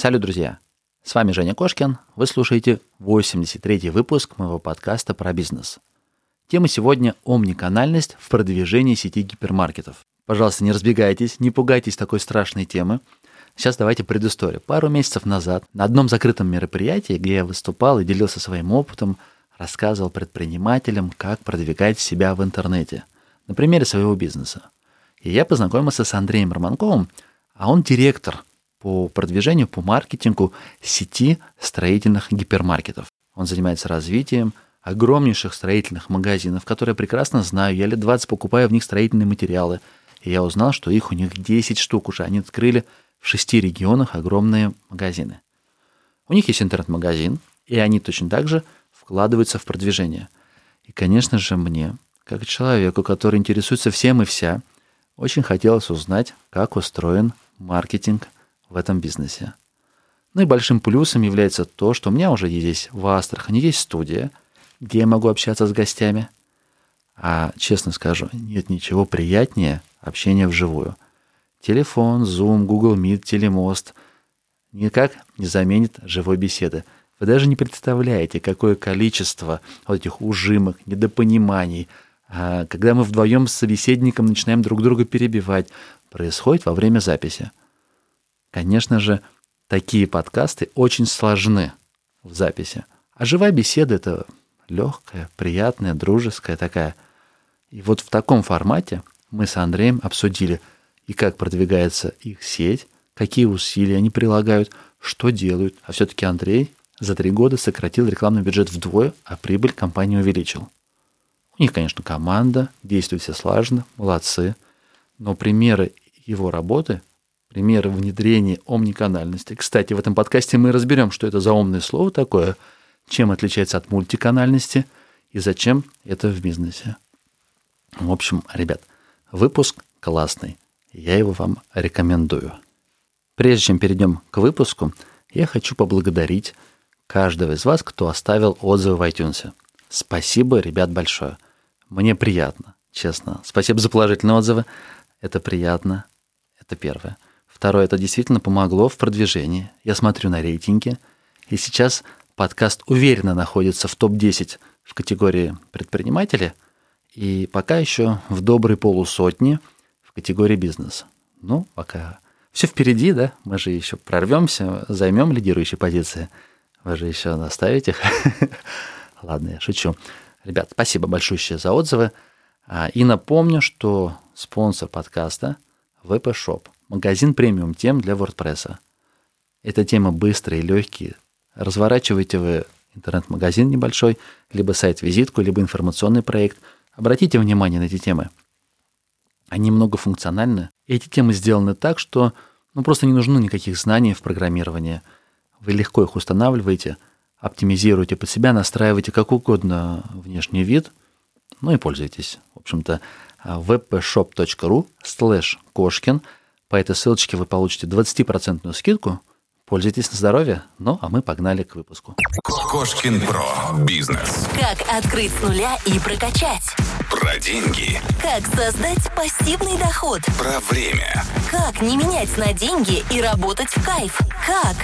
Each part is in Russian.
Салют, друзья! С вами Женя Кошкин. Вы слушаете 83-й выпуск моего подкаста про бизнес. Тема сегодня – омниканальность в продвижении сети гипермаркетов. Пожалуйста, не разбегайтесь, не пугайтесь такой страшной темы. Сейчас давайте предысторию. Пару месяцев назад на одном закрытом мероприятии, где я выступал и делился своим опытом, рассказывал предпринимателям, как продвигать себя в интернете на примере своего бизнеса. И я познакомился с Андреем Романковым, а он директор по продвижению, по маркетингу сети строительных гипермаркетов. Он занимается развитием огромнейших строительных магазинов, которые я прекрасно знаю. Я лет 20 покупаю в них строительные материалы. И я узнал, что их у них 10 штук уже. Они открыли в 6 регионах огромные магазины. У них есть интернет-магазин, и они точно так же вкладываются в продвижение. И, конечно же, мне, как человеку, который интересуется всем и вся, очень хотелось узнать, как устроен маркетинг в этом бизнесе. Ну и большим плюсом является то, что у меня уже здесь в Астрахани есть студия, где я могу общаться с гостями. А, честно скажу, нет ничего приятнее общения вживую. Телефон, Zoom, Google Meet, Телемост никак не заменит живой беседы. Вы даже не представляете, какое количество вот этих ужимок, недопониманий, когда мы вдвоем с собеседником начинаем друг друга перебивать, происходит во время записи. Конечно же, такие подкасты очень сложны в записи. А живая беседа – это легкая, приятная, дружеская такая. И вот в таком формате мы с Андреем обсудили, и как продвигается их сеть, какие усилия они прилагают, что делают. А все-таки Андрей за 3 года сократил рекламный бюджет вдвое, а прибыль компании увеличил. У них, конечно, команда, действуют все слаженно, молодцы. Но примеры его работы, примеры внедрения омниканальности. Кстати, в этом подкасте мы разберем, что это за умное слово такое, чем отличается от мультиканальности и зачем это в бизнесе. В общем, ребят, выпуск классный. Я его вам рекомендую. Прежде чем перейдем к выпуску, я хочу поблагодарить каждого из вас, кто оставил отзывы в iTunes. Спасибо, ребят, большое. Мне приятно, честно. Спасибо за положительные отзывы. Это приятно. Это первое. Второе, это действительно помогло в продвижении. Я смотрю на рейтинги, и сейчас подкаст уверенно находится в топ-10 в категории предприниматели, и пока еще в доброй полусотне в категории бизнес. Ну, пока все впереди, да? Мы же еще прорвемся, займем лидирующие позиции. Вы же еще наставите их. Ладно, я шучу. Ребят, спасибо большое за отзывы. И напомню, что спонсор подкаста VP Shop, магазин премиум тем для WordPress. Эта тема быстрые и легкие. Разворачиваете вы интернет-магазин небольшой, либо сайт-визитку, либо информационный проект. Обратите внимание на эти темы. Они многофункциональны. И эти темы сделаны так, что просто не нужно никаких знаний в программировании. Вы легко их устанавливаете, оптимизируете под себя, настраиваете как угодно внешний вид, и пользуйтесь. В общем-то, webshop.ru/Кошкин. По этой ссылочке вы получите 20% скидку. Пользуйтесь на здоровье. А мы погнали к выпуску. Кошкин Про. Бизнес. Как открыть с нуля и прокачать. Про деньги. Как создать пассивный доход. Про время. Как не менять на деньги и работать в кайф. Как?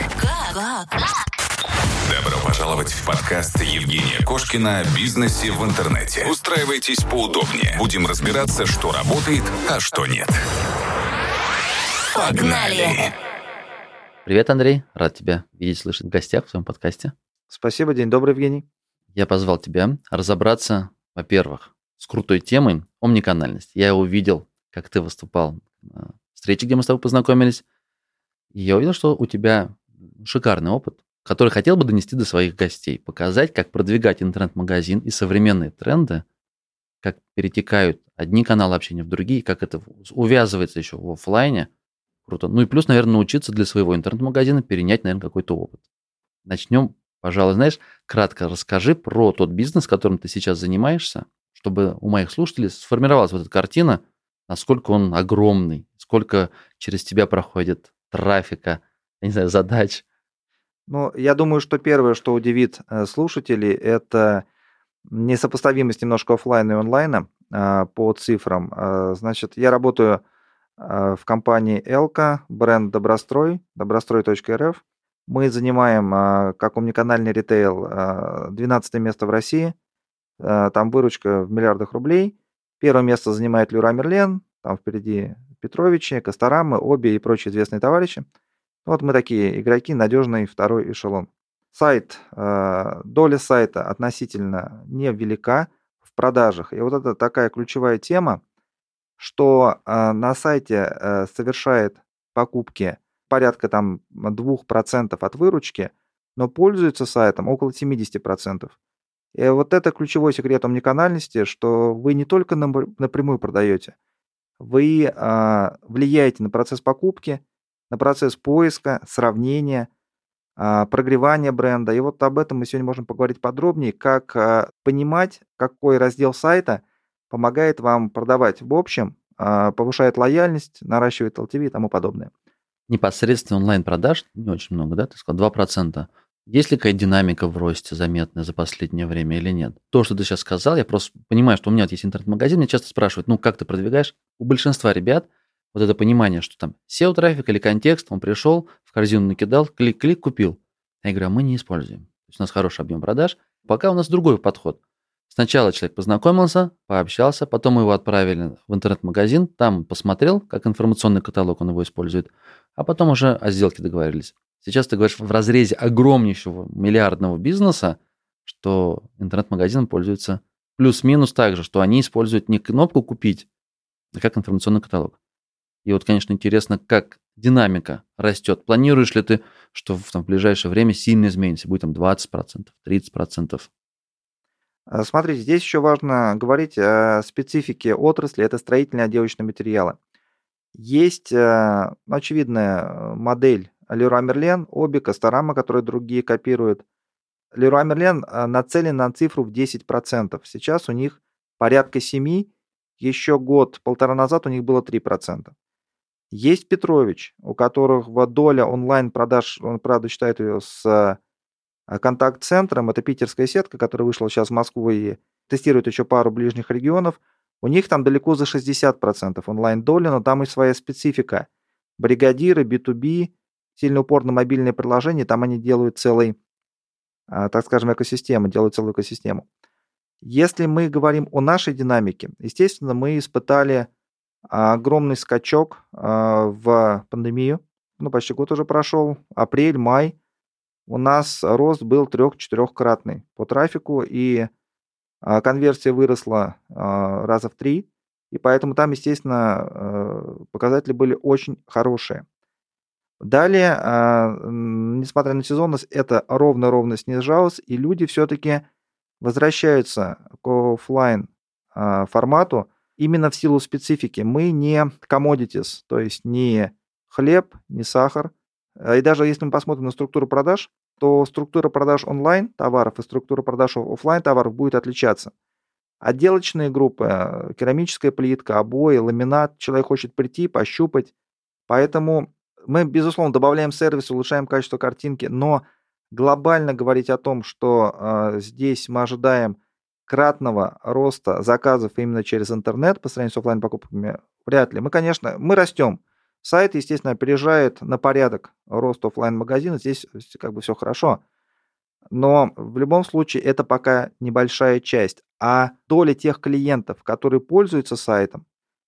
Добро пожаловать в подкаст Евгения Кошкина о бизнесе в интернете. Устраивайтесь поудобнее. Будем разбираться, что работает, а что нет. Погнали! Привет, Андрей. Рад тебя видеть, слышать в гостях в своем подкасте. Спасибо, день добрый, Евгений. Я позвал тебя разобраться, во-первых, с крутой темой омниканальность. Я увидел, как ты выступал на встрече, где мы с тобой познакомились. И я увидел, что у тебя шикарный опыт, который хотел бы донести до своих гостей, показать, как продвигать интернет-магазин и современные тренды, как перетекают одни каналы общения в другие, как это увязывается еще в офлайне. Круто. И плюс, наверное, научиться для своего интернет-магазина перенять, наверное, какой-то опыт. Начнем, пожалуй, кратко расскажи про тот бизнес, которым ты сейчас занимаешься, чтобы у моих слушателей сформировалась вот эта картина, насколько он огромный, сколько через тебя проходит трафика, задач. Я думаю, что первое, что удивит слушателей, это несопоставимость немножко офлайна и онлайна по цифрам. Значит, я работаю в компании Элка, бренд Добрострой, добрострой.рф. Мы занимаем, как омниканальный ритейл, 12 место в России. Там выручка в миллиардах рублей. Первое место занимает Леруа Мерлен. Там впереди Петровичи, Касторамы, Оби и прочие известные товарищи. Вот мы такие игроки, надежный второй эшелон. Сайт, доля сайта относительно невелика в продажах. И вот это такая ключевая тема, что на сайте совершает покупки порядка там 2% от выручки, но пользуется сайтом около 70%. И вот это ключевой секрет омниканальности, что вы не только напрямую продаете, вы влияете на процесс покупки, на процесс поиска, сравнения, прогревания бренда. И вот об этом мы сегодня можем поговорить подробнее, как понимать, какой раздел сайта помогает вам продавать в общем, повышает лояльность, наращивает LTV и тому подобное. Непосредственно онлайн-продаж не очень много, да? Ты сказал 2%. Есть ли какая-то динамика в росте заметная за последнее время или нет? То, что ты сейчас сказал, я просто понимаю, что у меня вот есть интернет-магазин, меня часто спрашивают, как ты продвигаешь? У большинства ребят вот это понимание, что там SEO-трафик или контекст, он пришел, в корзину накидал, клик-клик, купил. Я говорю, мы не используем. То есть у нас хороший объем продаж. Пока у нас другой подход. Сначала человек познакомился, пообщался, потом мы его отправили в интернет-магазин, там посмотрел, как информационный каталог он его использует, а потом уже о сделке договорились. Сейчас ты говоришь в разрезе огромнейшего миллиардного бизнеса, что интернет-магазином пользуются плюс-минус так же, что они используют не кнопку «Купить», а как информационный каталог. И вот, конечно, интересно, как динамика растет. Планируешь ли ты, что в ближайшее время сильно изменится? Будет там 20%, 30%? Смотрите, здесь еще важно говорить о специфике отрасли, это строительные отделочные материалы. Есть очевидная модель Леруа Мерлен, Оби, Касторама, которые другие копируют. Леруа Мерлен нацелен на цифру в 10%. Сейчас у них порядка 7%, еще год-полтора назад у них было 3%. Есть Петрович, у которых доля онлайн-продаж, он, правда, считает ее с контакт-центром, это питерская сетка, которая вышла сейчас в Москву и тестирует еще пару ближних регионов. У них там далеко за 60% онлайн-доля, но там и своя специфика. Бригадиры, B2B, сильный упор на мобильные приложения, там они делают целый, так скажем, экосистему, делают целую экосистему. Если мы говорим о нашей динамике, естественно, мы испытали огромный скачок в пандемию. Почти год уже прошел, апрель, май. У нас рост был 3-4-кратный по трафику, и конверсия выросла раза в 3, и поэтому там, естественно, показатели были очень хорошие. Далее, несмотря на сезонность, это ровно снижалось, и люди все-таки возвращаются к офлайн формату именно в силу специфики. Мы не commodities, то есть не хлеб, не сахар. И даже если мы посмотрим на структуру продаж, то структура продаж онлайн товаров и структура продаж офлайн товаров будет отличаться. Отделочные группы, керамическая плитка, обои, ламинат, человек хочет прийти, пощупать. Поэтому мы, безусловно, добавляем сервис, улучшаем качество картинки, но глобально говорить о том, что здесь мы ожидаем кратного роста заказов именно через интернет по сравнению с офлайн-покупками, вряд ли. Мы растем. Сайт, естественно, опережает на порядок рост офлайн-магазина, здесь как бы все хорошо. Но в любом случае это пока небольшая часть. А доля тех клиентов, которые пользуются сайтом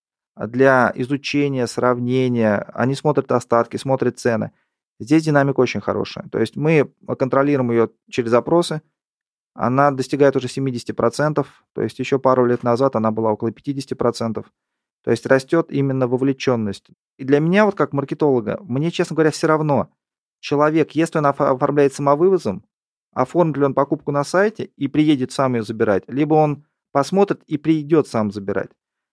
для изучения, сравнения, они смотрят остатки, смотрят цены. Здесь динамика очень хорошая. То есть мы контролируем ее через запросы. Она достигает уже 70%. То есть еще пару лет назад она была около 50%. То есть растет именно вовлеченность. И для меня, вот как маркетолога, мне, честно говоря, все равно. Человек, если он оформляет самовывозом, оформит ли он покупку на сайте и приедет сам ее забирать, либо он посмотрит и придет сам забирать.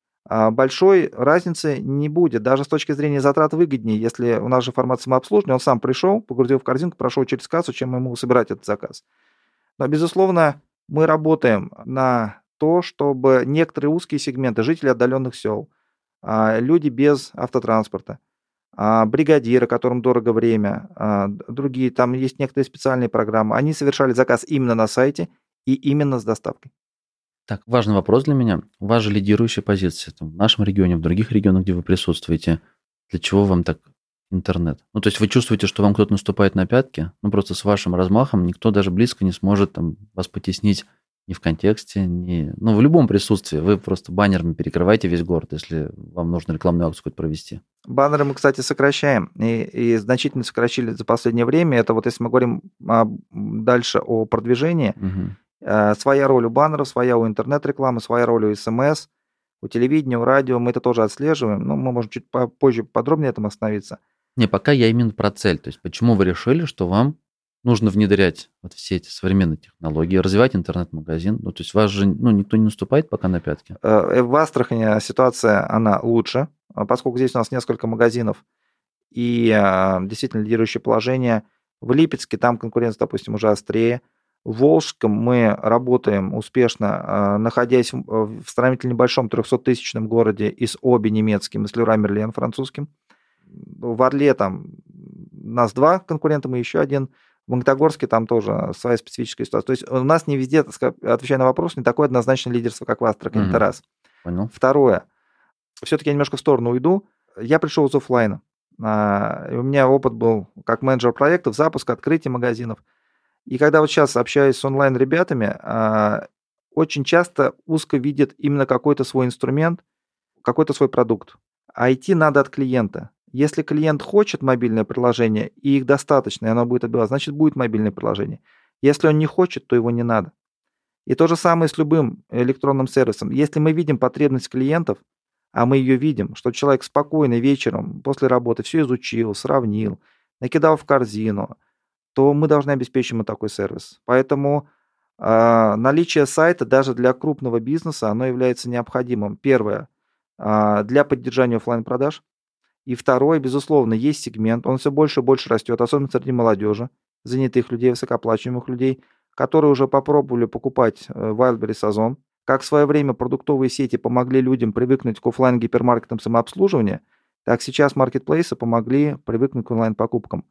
Большой разницы не будет. Даже с точки зрения затрат выгоднее, если у нас же формат самообслуживания, он сам пришел, погрузил в корзинку, прошел через кассу, чем ему собирать этот заказ. Но, безусловно, мы работаем на то, чтобы некоторые узкие сегменты, жители отдаленных сел, люди без автотранспорта, бригадиры, которым дорого время, другие, там есть некоторые специальные программы, они совершали заказ именно на сайте и именно с доставкой. Так, важный вопрос для меня. У вас же лидирующая позиция в нашем регионе, в других регионах, где вы присутствуете. Для чего вам так интернет? Ну, то есть вы чувствуете, что вам кто-то наступает на пятки, ну, просто с вашим размахом никто даже близко не сможет там вас потеснить ни в контексте, ни... Ну, в любом присутствии. Вы просто баннерами перекрываете весь город, если вам нужно рекламную акцию какую-то провести. Баннеры мы, кстати, сокращаем, и значительно сокращили за последнее время. Это вот если мы говорим дальше о продвижении, своя роль у баннеров, своя у интернет-рекламы, своя роль у СМС, у телевидения, у радио. Мы это тоже отслеживаем, но мы можем чуть позже подробнее на этом остановиться. Не, пока я именно про цель. То есть почему вы решили, что вам нужно внедрять вот все эти современные технологии, развивать интернет-магазин? Ну, то есть вас же никто не наступает пока на пятки? В Астрахани ситуация, она лучше, поскольку здесь у нас несколько магазинов и действительно лидирующее положение. В Липецке там конкуренция, допустим, уже острее. В Волжском мы работаем успешно, находясь в сравнительно небольшом 300-тысячном городе и с Оби немецким, и с Леруа Мерлен французским. В Орле там нас 2 конкурента, мы еще один. В Магнитогорске там тоже своя специфическая ситуация. То есть у нас не везде, отвечая на вопрос, не такое однозначное лидерство, как в Астрахани. Это раз. Понял. Второе. Все-таки я немножко в сторону уйду. Я пришел из офлайна. У меня опыт был как менеджер проектов, запуск, открытие магазинов. И когда вот сейчас общаюсь с онлайн-ребятами, очень часто узко видят именно какой-то свой инструмент, какой-то свой продукт. А идти надо от клиента. Если клиент хочет мобильное приложение, и их достаточно, и оно будет отбиваться, значит, будет мобильное приложение. Если он не хочет, то его не надо. И то же самое с любым электронным сервисом. Если мы видим потребность клиентов, а мы ее видим, что человек спокойно вечером после работы все изучил, сравнил, накидал в корзину, то мы должны обеспечить ему такой сервис. Поэтому наличие сайта даже для крупного бизнеса, оно является необходимым. Первое, для поддержания офлайн-продаж. И второе, безусловно, есть сегмент, он все больше и больше растет, особенно среди молодежи, занятых людей, высокооплачиваемых людей, которые уже попробовали покупать Wildberries, Озон. Как в свое время продуктовые сети помогли людям привыкнуть к офлайн-гипермаркетам самообслуживания, так сейчас маркетплейсы помогли привыкнуть к онлайн-покупкам.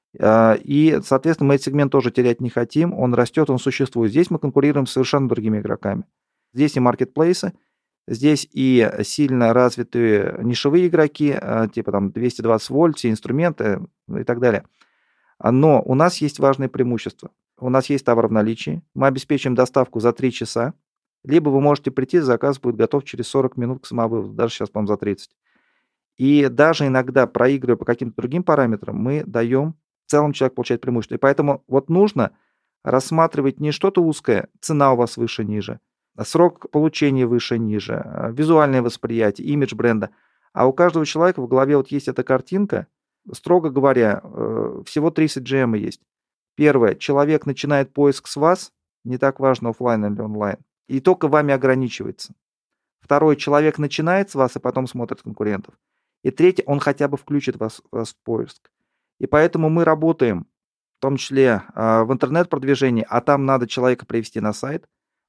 И, соответственно, мы этот сегмент тоже терять не хотим, он растет, он существует. Здесь мы конкурируем с совершенно другими игроками. Здесь и маркетплейсы, здесь и сильно развитые нишевые игроки, типа там 220 вольт, все инструменты и так далее. Но у нас есть важное преимущество. У нас есть товар в наличии, мы обеспечим доставку за 3 часа, либо вы можете прийти, заказ будет готов через 40 минут к самовыводу, даже сейчас, по-моему, за 30. И даже иногда, проигрывая по каким-то другим параметрам, мы даем, в целом человек получает преимущество. И поэтому вот нужно рассматривать не что-то узкое, цена у вас выше-ниже, срок получения выше-ниже, визуальное восприятие, имидж бренда. А у каждого человека в голове вот есть эта картинка. Строго говоря, всего 3 CGM есть. Первое. Человек начинает поиск с вас, не так важно, офлайн или онлайн, и только вами ограничивается. Второе. Человек начинает с вас и потом смотрит конкурентов. И третье. Он хотя бы включит вас в поиск. И поэтому мы работаем, в том числе в интернет-продвижении, а там надо человека привести на сайт,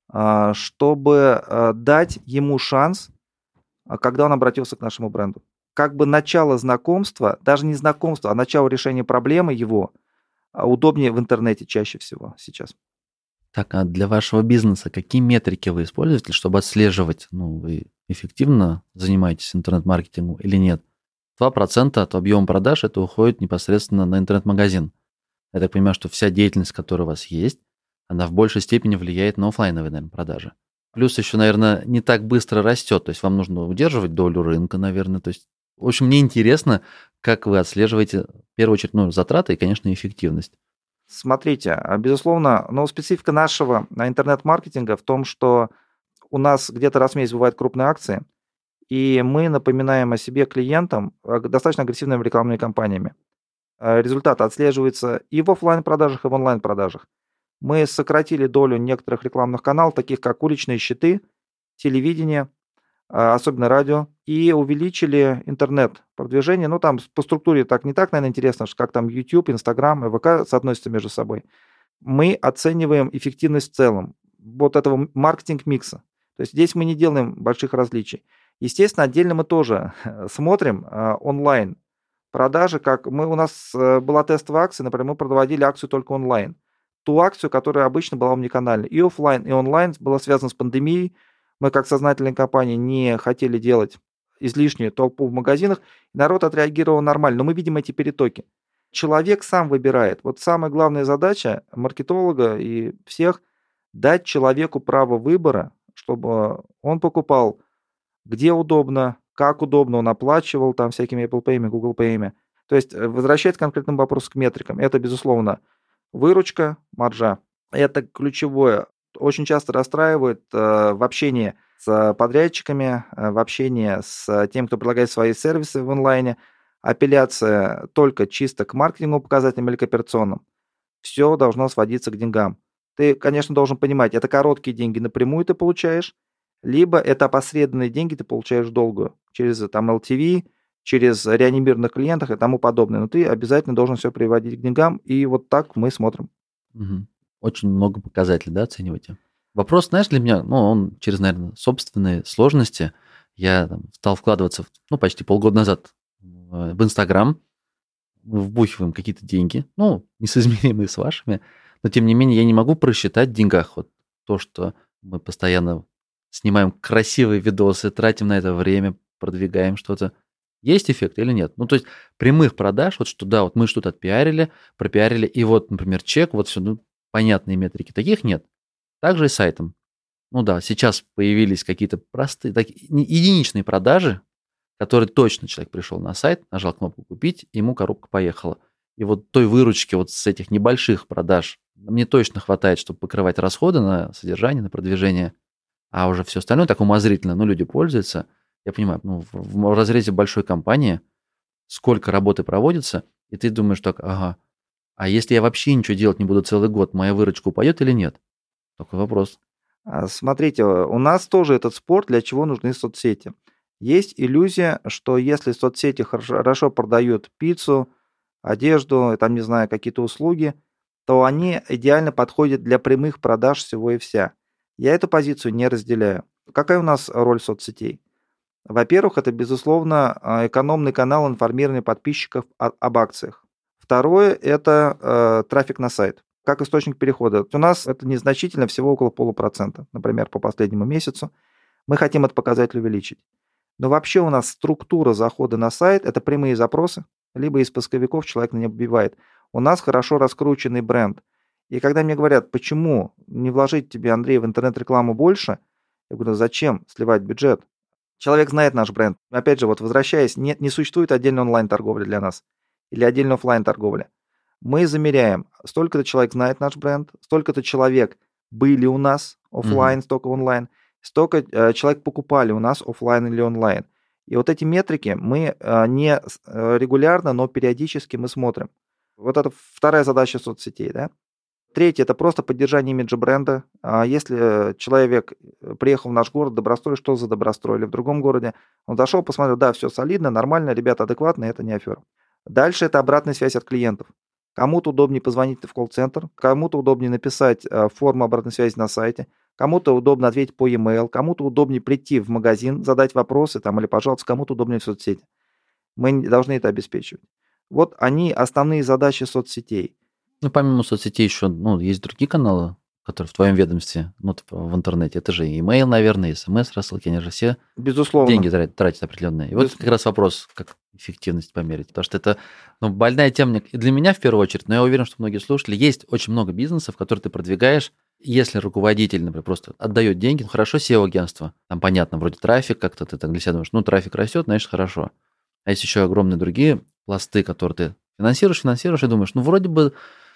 чтобы дать ему шанс, когда он обратился к нашему бренду. Как бы начало знакомства, даже не знакомства, а начало решения проблемы его удобнее в интернете чаще всего сейчас. Так, а для вашего бизнеса какие метрики вы используете, чтобы отслеживать, вы эффективно занимаетесь интернет-маркетингом или нет? 2% от объема продаж это уходит непосредственно на интернет-магазин. Я так понимаю, что вся деятельность, которая у вас есть, она в большей степени влияет на офлайновые, наверное, продажи. Плюс еще, наверное, не так быстро растет, то есть вам нужно удерживать долю рынка, наверное. То есть, в общем, мне интересно, как вы отслеживаете, в первую очередь, затраты и, конечно, эффективность. Смотрите, безусловно, специфика нашего интернет-маркетинга в том, что у нас где-то раз в месяц бывают крупные акции, и мы напоминаем о себе клиентам достаточно агрессивными рекламными кампаниями. Результат отслеживается и в офлайн-продажах, и в онлайн-продажах. Мы сократили долю некоторых рекламных каналов, таких как уличные щиты, телевидение, особенно радио, и увеличили интернет-продвижение. Там по структуре не так, наверное, интересно, как там YouTube, Instagram и ВК соотносятся между собой. Мы оцениваем эффективность в целом вот этого маркетинг-микса. То есть здесь мы не делаем больших различий. Естественно, отдельно мы тоже смотрим онлайн продажи, у нас была тестовая акция, например, мы проводили акцию только онлайн. Ту акцию, которая обычно была омниканальной. И офлайн, и онлайн была связана с пандемией. Мы, как сознательная компания, не хотели делать излишнюю толпу в магазинах, и народ отреагировал нормально. Но мы видим эти перетоки. Человек сам выбирает. Вот самая главная задача маркетолога и всех — дать человеку право выбора, чтобы он покупал где удобно, как удобно, он оплачивал там всякими Apple Pay, Google Pay. То есть возвращаясь к конкретному вопросу, к метрикам, это, безусловно, выручка, маржа. Это ключевое. Очень часто расстраивает в общении с подрядчиками, в общении с тем, кто предлагает свои сервисы в онлайне, апелляция только чисто к маркетинговым показателям или к операционным. Все должно сводиться к деньгам. Ты, конечно, должен понимать, это короткие деньги напрямую ты получаешь, либо это опосредованные деньги ты получаешь долгую, через там LTV, через реанимированных клиентов и тому подобное. Но ты обязательно должен все приводить к деньгам, и вот так мы смотрим. Мгм. Очень много показателей, да, оцениваете? Вопрос, знаешь, для меня, он через, наверное, собственные сложности. Я там стал вкладываться, почти полгода назад в Инстаграм. Мы вбухиваем какие-то деньги, несоизмеримые с вашими, но тем не менее я не могу просчитать в деньгах вот то, что мы постоянно снимаем красивые видосы, тратим на это время, продвигаем что-то. Есть эффект или нет? То есть прямых продаж, вот что да, вот мы что-то отпиарили, пропиарили, и вот, например, чек, вот все, понятные метрики, таких нет. Также и с сайтом. Да, сейчас появились какие-то простые, единичные продажи, которые точно человек пришел на сайт, нажал кнопку «Купить», и ему коробка поехала. И вот той выручки вот с этих небольших продаж мне точно хватает, чтобы покрывать расходы на содержание, на продвижение, а уже все остальное так умозрительно, люди пользуются. Я понимаю, в разрезе большой компании сколько работы проводится, и ты думаешь так, ага, а если я вообще ничего делать не буду целый год, моя выручка упадет или нет? Такой вопрос. Смотрите, у нас тоже этот спор, для чего нужны соцсети. Есть иллюзия, что если соцсети хорошо продают пиццу, одежду, там, не знаю, какие-то услуги, то они идеально подходят для прямых продаж всего и вся. Я эту позицию не разделяю. Какая у нас роль соцсетей? Во-первых, это, безусловно, экономный канал информирования подписчиков об акциях. Второе – это трафик на сайт, как источник перехода. У нас это незначительно, всего около 0,5%, например, по последнему месяцу. Мы хотим этот показатель увеличить. Но вообще у нас структура захода на сайт – это прямые запросы, либо из поисковиков человек на него вбивает. У нас хорошо раскрученный бренд. И когда мне говорят, почему не вложить тебе, Андрей, в интернет-рекламу больше, я говорю, зачем сливать бюджет? Человек знает наш бренд. Опять же, вот возвращаясь, не существует отдельной онлайн-торговли для нас или отдельной офлайн-торговли. Мы замеряем, столько-то человек знает наш бренд, столько-то человек были у нас офлайн, столько онлайн, столько человек покупали у нас офлайн или онлайн. И вот эти метрики мы не регулярно, но периодически мы смотрим. Вот это вторая задача соцсетей, да? Третье – это просто поддержание имиджа бренда. Если человек приехал в наш город, Добрострой, что за Добрострой? Или в другом городе, он зашел, посмотрел, да, все солидно, нормально, ребята адекватные, это не афера. Дальше это обратная связь от клиентов. Кому-то удобнее позвонить в колл-центр, кому-то удобнее написать форму обратной связи на сайте, кому-то удобно ответить по e-mail, кому-то удобнее прийти в магазин, задать вопросы или, пожалуйста, кому-то удобнее в соцсети. Мы должны это обеспечивать. Вот они основные задачи соцсетей. Помимо соцсетей еще, есть другие каналы, которые в твоем ведомстве, в интернете. Это же email, наверное, смс-рассылки, они же все безусловно деньги тратят определенные. И вот как раз вопрос, как эффективность померить. Потому что это больная тема и для меня в первую очередь, но я уверен, что многие слушатели, есть очень много бизнесов, которые ты продвигаешь. Если руководитель, например, просто отдает деньги, хорошо, SEO-агентство, там понятно, вроде трафик, как-то ты так для себя думаешь, трафик растет, значит, хорошо. А есть еще огромные другие пласты, которые ты финансируешь и думаешь, вроде бы,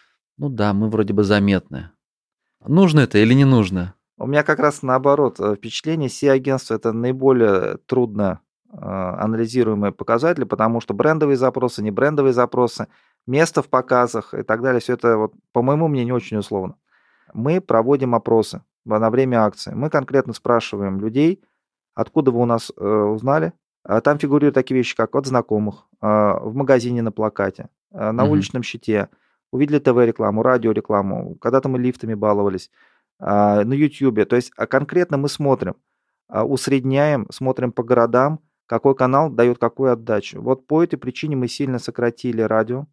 да, мы вроде бы заметны. Нужно это или не нужно? У меня как раз наоборот впечатление, SEO-агентство – это наиболее трудно анализируемые показатели, потому что брендовые запросы, не брендовые запросы, место в показах и так далее, все это, по моему мнению, очень условно. Мы проводим опросы на время акции. Мы конкретно спрашиваем людей, откуда вы у нас узнали. Там фигурируют такие вещи, как от знакомых, в магазине на плакате, на уличном щите, увидели ТВ-рекламу, радиорекламу, когда-то мы лифтами баловались, на Ютьюбе. То есть конкретно мы смотрим, усредняем, смотрим по городам, какой канал дает какую отдачу. Вот по этой причине мы сильно сократили радио,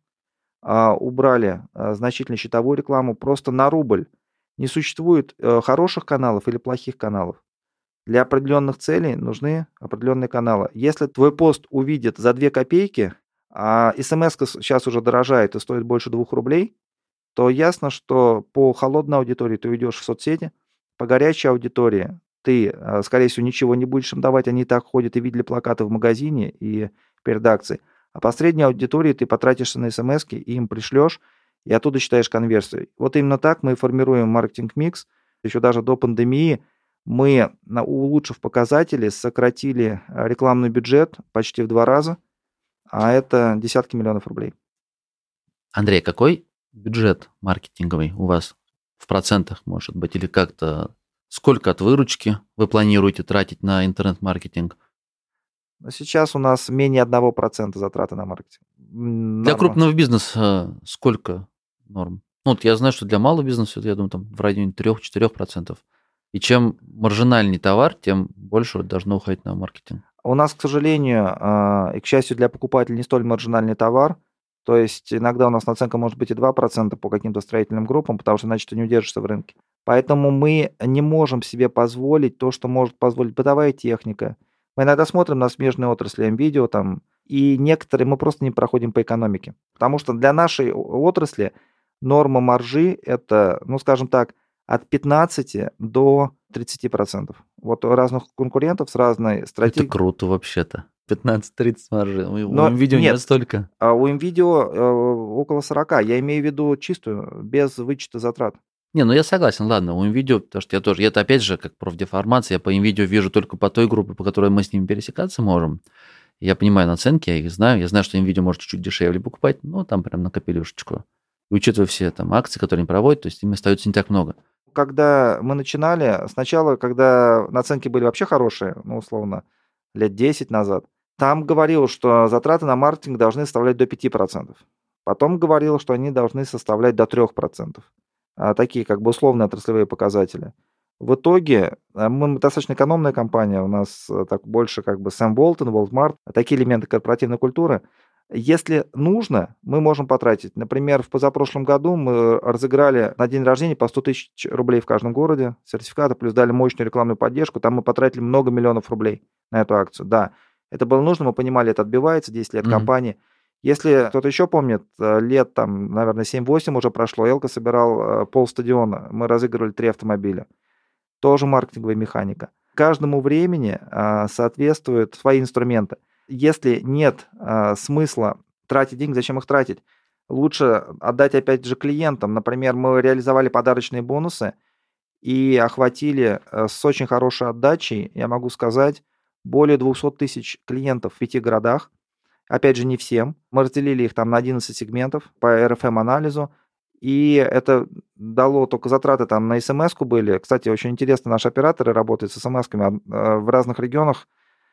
убрали значительно щитовую рекламу просто на рубль. Не существует хороших каналов или плохих каналов. Для определенных целей нужны определенные каналы. Если твой пост увидит за 2 копейки, а смс-ка сейчас уже дорожает и стоит больше 2 рублей, то ясно, что по холодной аудитории ты уйдешь в соцсети, по горячей аудитории ты, скорее всего, ничего не будешь им давать, они и так ходят и видели плакаты в магазине и перед акцией. А по средней аудитории ты потратишься на смс-ки и им пришлешь, и оттуда считаешь конверсию. Вот именно так мы формируем маркетинг-микс. Еще даже до пандемии мы, улучшив показатели, сократили рекламный бюджет почти в 2 раза, а это десятки миллионов рублей. Андрей, какой бюджет маркетинговый у вас в процентах, может быть, или как-то сколько от выручки вы планируете тратить на интернет-маркетинг? Сейчас у нас менее 1% затраты на маркетинг. Для крупного бизнеса сколько норм? Ну, вот я знаю, что для малого бизнеса, я думаю, там в районе 3-4%. И чем маржинальнее товар, тем больше должно уходить на маркетинг. У нас, к сожалению, и к счастью для покупателя, не столь маржинальный товар. То есть иногда у нас наценка может быть и 2% по каким-то строительным группам, потому что иначе ты не удержишься в рынке. Поэтому мы не можем себе позволить то, что может позволить бытовая техника. Мы иногда смотрим на смежные отрасли МВидео, там, и некоторые мы просто не проходим по экономике. Потому что для нашей отрасли норма маржи – это, ну, скажем так, от 15 до 30%. Вот у разных конкурентов с разной стратегией. Это круто вообще-то. 15-30 маржи. У МВидео нет столько. А у МВидео около 40. Я имею в виду чистую, без вычета затрат. Не, ну я согласен, ладно, у МВидео, потому что я тоже, это опять же, как профдеформация, я по МВидео вижу только по той группе, по которой мы с ними пересекаться можем. Я понимаю наценки, я их знаю, я знаю, что МВидео может чуть дешевле покупать, но там прям на капелюшечку. И учитывая все там акции, которые они проводят, то есть им остается не так много. Когда мы начинали, сначала, когда наценки были вообще хорошие, ну, условно, лет 10 назад, там говорилось, что затраты на маркетинг должны составлять до 5%. Потом говорилось, что они должны составлять до 3%. Такие как бы условные отраслевые показатели. В итоге мы достаточно экономная компания, у нас так больше как бы Сэм Уолтон, Walmart, такие элементы корпоративной культуры. Если нужно, мы можем потратить. Например, в позапрошлом году мы разыграли на день рождения по 100 тысяч рублей в каждом городе сертификаты, плюс дали мощную рекламную поддержку. Там мы потратили много миллионов рублей на эту акцию. Да, это было нужно, мы понимали, это отбивается, 10 лет компании. Если кто-то еще помнит, лет там, наверное, 7-8 уже прошло, Элка собирал полстадиона, мы разыгрывали 3 автомобиля. Тоже маркетинговая механика. Каждому времени соответствуют свои инструменты. Если нет смысла тратить деньги, зачем их тратить? Лучше отдать опять же клиентам. Например, мы реализовали подарочные бонусы и охватили с очень хорошей отдачей, я могу сказать, более 200 тысяч клиентов в 5 городах. Опять же, не всем. Мы разделили их там на 11 сегментов по РФМ-анализу. И это дало только затраты там на СМС-ку были. Кстати, очень интересно, наши операторы работают с СМС-ками в разных регионах.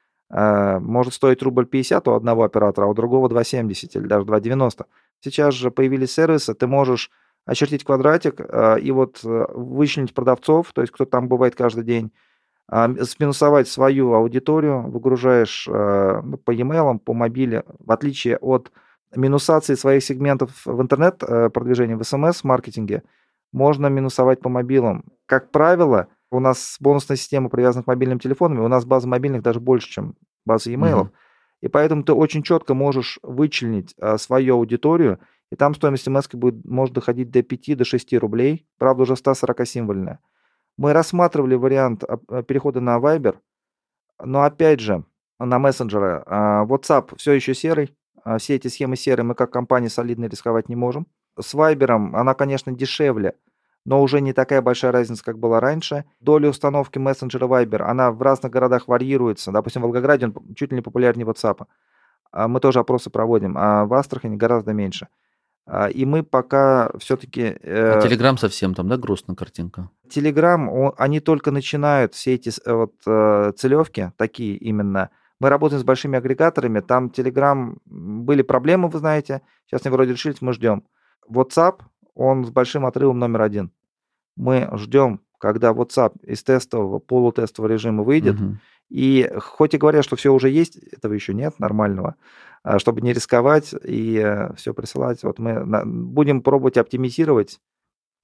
Может стоить рубль 50 у одного оператора, а у другого 2,70 или даже 2,90. Сейчас же появились сервисы, ты можешь очертить квадратик и вот вычленить продавцов, то есть кто там бывает каждый день, сминусовать свою аудиторию, выгружаешь по e-mail, по мобиле, в отличие от минусации своих сегментов в интернет-продвижении, в СМС-маркетинге, можно минусовать по мобилам. Как правило, у нас бонусная система привязана к мобильным телефонам, у нас база мобильных даже больше, чем база e-mail. И поэтому ты очень четко можешь вычленить свою аудиторию, и там стоимость СМС может доходить до 5-6 рублей, правда, уже 140-символьная. Мы рассматривали вариант перехода на Viber, но опять же, на мессенджеры. WhatsApp все еще серый, все эти схемы серые, мы как компания солидно рисковать не можем. С Viber она, конечно, дешевле, но уже не такая большая разница, как была раньше. Доля установки мессенджера Viber, она в разных городах варьируется. Допустим, в Волгограде он чуть ли не популярнее WhatsApp. Мы тоже опросы проводим, а в Астрахани гораздо меньше. И мы пока все-таки... А Telegram совсем там, да, грустная картинка? Telegram, они только начинают все эти целевки, такие именно. Мы работаем с большими агрегаторами, там Telegram были проблемы, вы знаете. Сейчас они вроде решились, мы ждем. WhatsApp, он с большим отрывом номер 1. Мы ждем, когда WhatsApp из тестового, полутестового режима выйдет. И хоть и говорят, что все уже есть, этого еще нет нормального, чтобы не рисковать и все присылать. Вот мы будем пробовать оптимизировать.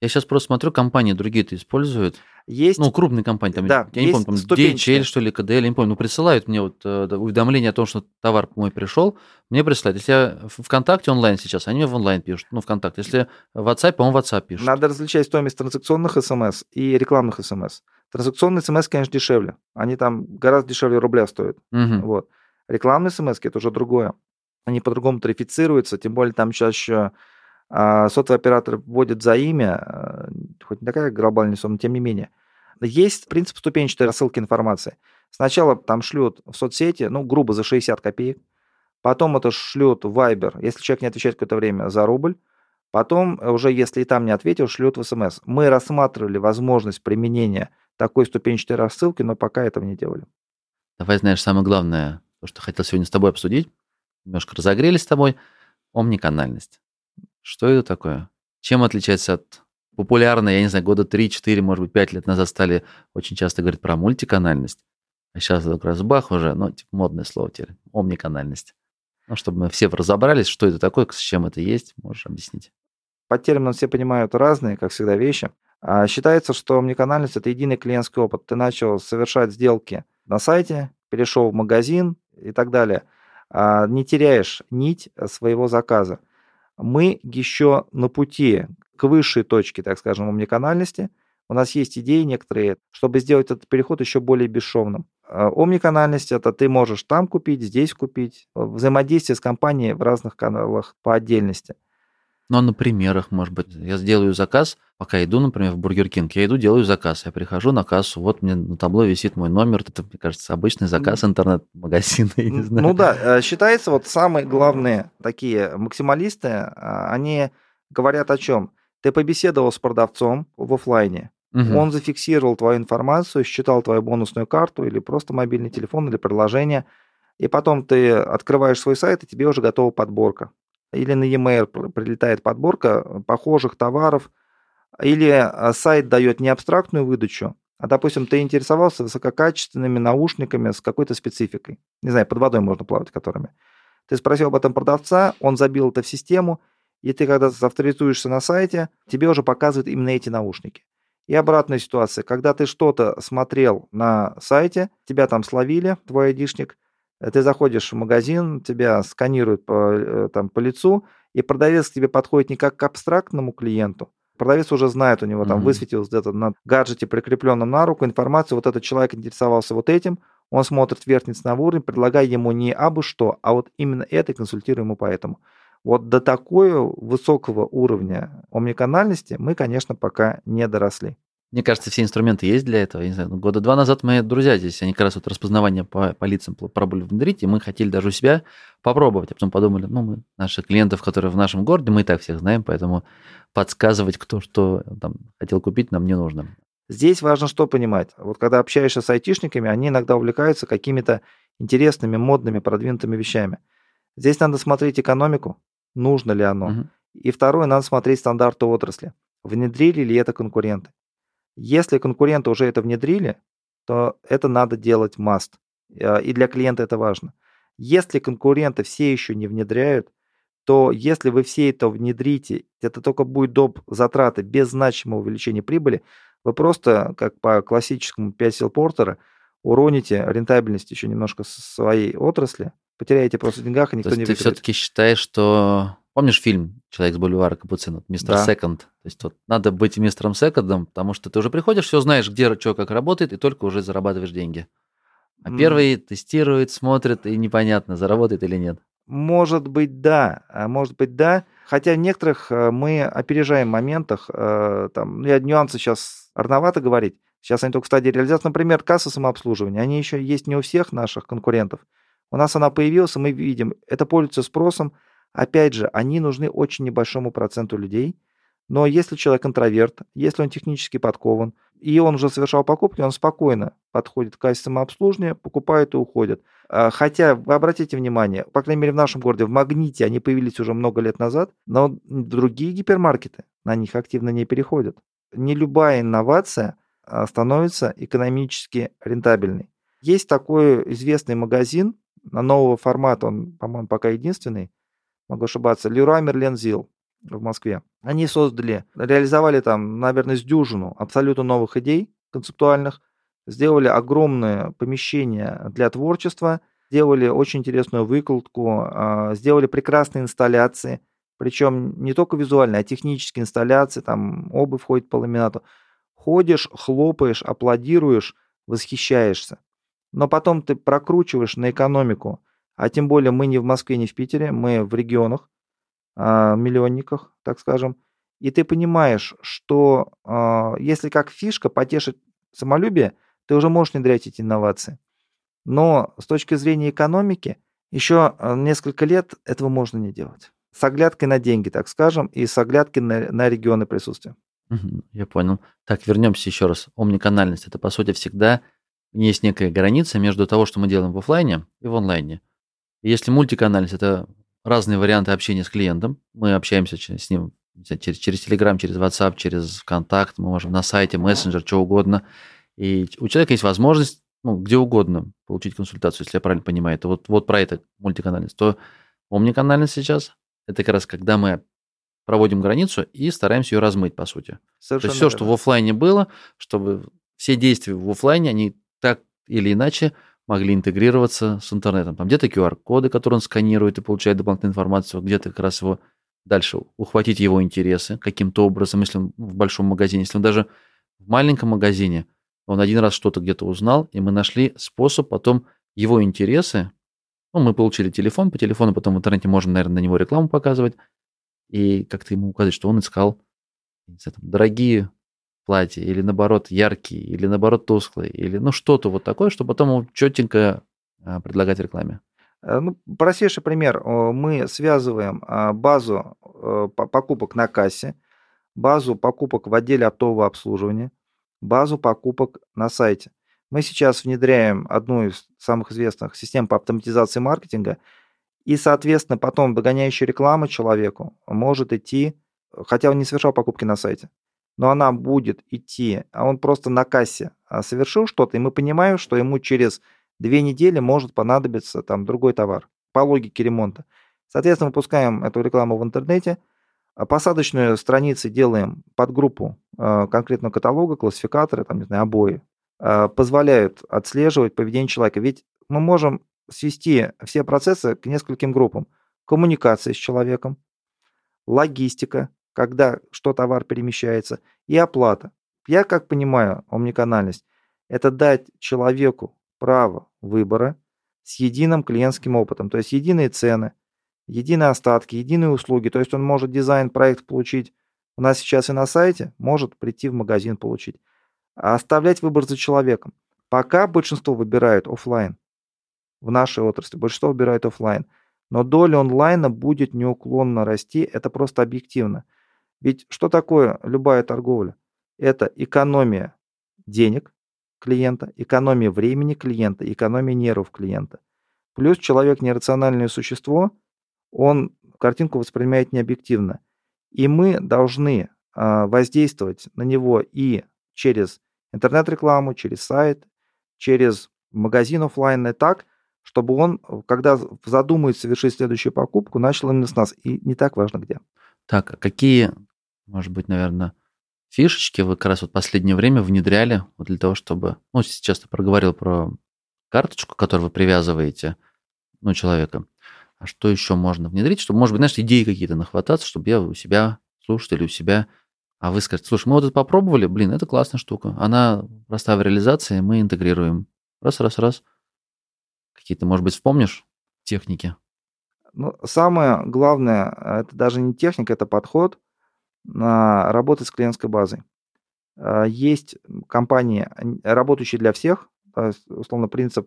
Я сейчас просто смотрю, компании другие-то используют. Есть, Ну, крупные компании, там, да, я не помню, есть там ступенчатые. DHL, что ли, КДЛ, я не помню, но присылают мне вот уведомление о том, что товар мой пришел, мне присылают. Если я в ВКонтакте онлайн сейчас, они мне в онлайн пишут, ну, ВКонтакте. Если в WhatsApp, по-моему, в WhatsApp пишут. Надо различать стоимость транзакционных СМС и рекламных СМС. Транзакционные СМС, конечно, дешевле. Они там гораздо дешевле рубля стоят. Мгм. Вот. Рекламные СМС это уже другое. Они по-другому тарифицируются, тем более там сейчас еще сотовый оператор вводит за имя, хоть не такая глобальная сумма, но тем не менее. Есть принцип ступенчатой рассылки информации. Сначала там шлют в соцсети, ну, грубо, за 60 копеек. Потом это шлют в Viber, если человек не отвечает какое-то время, за рубль. Потом, уже если и там не ответил, шлют в СМС. Мы рассматривали возможность применения такой ступенчатой рассылки, но пока этого не делали. Давай, знаешь, самое главное, то, что хотел сегодня с тобой обсудить, немножко разогрелись с тобой, омниканальность. Что это такое? Чем отличается от популярной, я не знаю, года 3-4, может быть, 5 лет назад стали очень часто говорить про мультиканальность, а сейчас как раз бах уже, ну, типа модное слово теперь, омниканальность. Ну, чтобы мы все разобрались, что это такое, с чем это есть, можешь объяснить? По терминам все понимают разные, как всегда, вещи. Считается, что омниканальность – это единый клиентский опыт. Ты начал совершать сделки на сайте, перешел в магазин и так далее. Не теряешь нить своего заказа. Мы еще на пути к высшей точке, так скажем, омниканальности. У нас есть идеи некоторые, чтобы сделать этот переход еще более бесшовным. Омниканальность – это ты можешь там купить, здесь купить. Взаимодействие с компанией в разных каналах по отдельности. Ну, а на примерах, может быть, я сделаю заказ, пока иду, например, в Бургер Кинг, я иду, делаю заказ, я прихожу на кассу, вот мне на табло висит мой номер, это, мне кажется, обычный заказ интернет-магазина, я не знаю. Ну да, считается, вот самые главные такие максималисты, они говорят о чем? Ты побеседовал с продавцом в офлайне, он зафиксировал твою информацию, считал твою бонусную карту или просто мобильный телефон или приложение, и потом ты открываешь свой сайт, и тебе уже готова подборка. Или на e-mail прилетает подборка похожих товаров, или сайт дает не абстрактную выдачу, а, допустим, ты интересовался высококачественными наушниками с какой-то спецификой. Не знаю, под водой можно плавать которыми. Ты спросил об этом продавца, он забил это в систему, и ты, когда авторизуешься на сайте, тебе уже показывают именно эти наушники. И обратная ситуация, когда ты что-то смотрел на сайте, тебя там словили, твой айдишник, ты заходишь в магазин, тебя сканируют по лицу, и продавец к тебе подходит не как к абстрактному клиенту. Продавец уже знает, у него там высветилось где-то на гаджете, прикрепленном на руку, информацию, вот этот человек интересовался вот этим, он смотрит вверх ценовой уровень, предлагая ему не абы что, а вот именно это, и консультируем ему поэтому. Вот до такого высокого уровня омниканальности мы, конечно, пока не доросли. Мне кажется, все инструменты есть для этого. Я не знаю, года 2 назад мои друзья здесь, они как раз вот распознавание по лицам пробовали внедрить, и мы хотели даже у себя попробовать. А потом подумали, ну, мы наших клиентов, которые в нашем городе, мы и так всех знаем, поэтому подсказывать, кто что там хотел купить, нам не нужно. Здесь важно что понимать. Вот когда общаешься с айтишниками, они иногда увлекаются какими-то интересными, модными, продвинутыми вещами. Здесь надо смотреть экономику, нужно ли оно. И второе, надо смотреть стандарты отрасли. Внедрили ли это конкуренты. Если конкуренты уже это внедрили, то это надо делать must. И для клиента это важно. Если конкуренты все еще не внедряют, то если вы все это внедрите, это только будет доп. Затраты без значимого увеличения прибыли, вы просто, как по классическому 5 сил Портера, уроните рентабельность еще немножко своей отрасли, потеряете просто в деньгах, и никто то есть не ты выиграет. все-таки считаешь, что... Помнишь фильм «Человек с бульвара Капуцинов», мистер Да. Секонд? То есть вот надо быть мистером Секондом, потому что ты уже приходишь, все знаешь, где, что, как работает, и только уже зарабатываешь деньги. А первый тестирует, смотрит, и непонятно, заработает или нет. Может быть, да. Может быть, да. Хотя в некоторых мы опережаем моментах. Там, нюансы сейчас рановато говорить. Сейчас они только в стадии реализации. Например, касса самообслуживания. Они еще есть не у всех наших конкурентов. У нас она появилась, и мы видим, это пользуется спросом. Опять же, они нужны очень небольшому проценту людей. Но если человек интроверт, если он технически подкован, и он уже совершал покупки, он спокойно подходит к кассе самообслуживания, покупает и уходит. Хотя, вы обратите внимание, по крайней мере в нашем городе, в Магните они появились уже много лет назад, но другие гипермаркеты на них активно не переходят. Не любая инновация становится экономически рентабельной. Есть такой известный магазин нового формата, он, по-моему, пока единственный, могу ошибаться, Leroy Merlin Zil. в Москве. Они реализовали там, наверное, с дюжину абсолютно новых идей концептуальных, сделали огромное помещение для творчества, сделали очень интересную выкладку, сделали прекрасные инсталляции, причем не только визуальные, а технические инсталляции, там обувь ходит по ламинату. Ходишь, хлопаешь, аплодируешь, восхищаешься. Но потом ты прокручиваешь на экономику, а тем более мы не в Москве, не в Питере, мы в регионах, миллионниках, так скажем, и ты понимаешь, что если как фишка потешить самолюбие, ты уже можешь внедрять эти инновации. Но с точки зрения экономики, еще несколько лет этого можно не делать. С оглядкой на деньги, так скажем, и с оглядкой на регионы присутствия. Я понял. Так, вернемся еще раз. Омниканальность – это, по сути, всегда есть некая граница между того, что мы делаем в офлайне и в онлайне. И если мультиканальность – это разные варианты общения с клиентом, мы общаемся с ним через Telegram, через WhatsApp, через ВКонтакт, мы можем на сайте, мессенджер, что угодно. И у человека есть возможность где угодно получить консультацию, если я правильно понимаю. Это вот про это мультиканальность. То омниканальность сейчас – это как раз когда мы проводим границу и стараемся ее размыть, по сути. Совершенно То есть все, что в офлайне было, чтобы все действия в офлайне, они так или иначе могли интегрироваться с интернетом. Там где-то QR-коды, которые он сканирует и получает дополнительную информацию, где-то как раз его дальше ухватить его интересы каким-то образом, если он в большом магазине, если он даже в маленьком магазине, он один раз что-то где-то узнал, и мы нашли способ потом его интересы, мы получили телефон, по телефону потом в интернете можем, наверное, на него рекламу показывать, и как-то ему указать, что он искал дорогие платья, или наоборот яркие, или наоборот тусклые, или что-то вот такое, чтобы потом ему четенько предлагать рекламе. Простейший пример. Мы связываем базу покупок на кассе, базу покупок в отделе оптового обслуживания, базу покупок на сайте. Мы сейчас внедряем одну из самых известных систем по автоматизации маркетинга, и, соответственно, потом догоняющая реклама человеку может идти, хотя он не совершал покупки на сайте, но она будет идти, а он просто на кассе совершил что-то, и мы понимаем, что ему через 2 недели может понадобиться другой товар по логике ремонта. Соответственно, выпускаем эту рекламу в интернете, посадочную страницу делаем под группу конкретного каталога, классификаторы, обои, позволяют отслеживать поведение человека. Ведь мы можем свести все процессы к нескольким группам. Коммуникация с человеком, логистика, когда товар перемещается, и оплата. Я как понимаю омниканальность, это дать человеку право выбора с единым клиентским опытом, то есть единые цены, единые остатки, единые услуги. То есть он может дизайн-проект получить у нас сейчас и на сайте, может прийти в магазин получить. А оставлять выбор за человеком. Пока большинство выбирает офлайн. В нашей отрасли большинство выбирает офлайн. Но доля онлайна будет неуклонно расти, это просто объективно. Ведь что такое любая торговля? Это экономия денег клиента, экономия времени клиента, экономия нервов клиента. Плюс человек нерациональное существо, он картинку воспринимает необъективно. И мы должны воздействовать на него и через интернет-рекламу, через сайт, через магазин офлайнный так, чтобы он, когда задумает совершить следующую покупку, начал именно с нас. И не так важно где. Так, а какие, может быть, наверное, фишечки вы как раз в последнее время внедряли для того, чтобы... Сейчас ты проговорил про карточку, которую вы привязываете человека. А что еще можно внедрить, чтобы, может быть, идеи какие-то нахвататься, чтобы я у себя слушать или у себя... А вы скажете, слушай, мы вот это попробовали, это классная штука. Она проста в реализации, мы интегрируем. Раз. Какие-то, может быть, вспомнишь техники? Самое главное, это даже не техника, это подход работать с клиентской базой. Есть компании, работающие для всех, условно принцип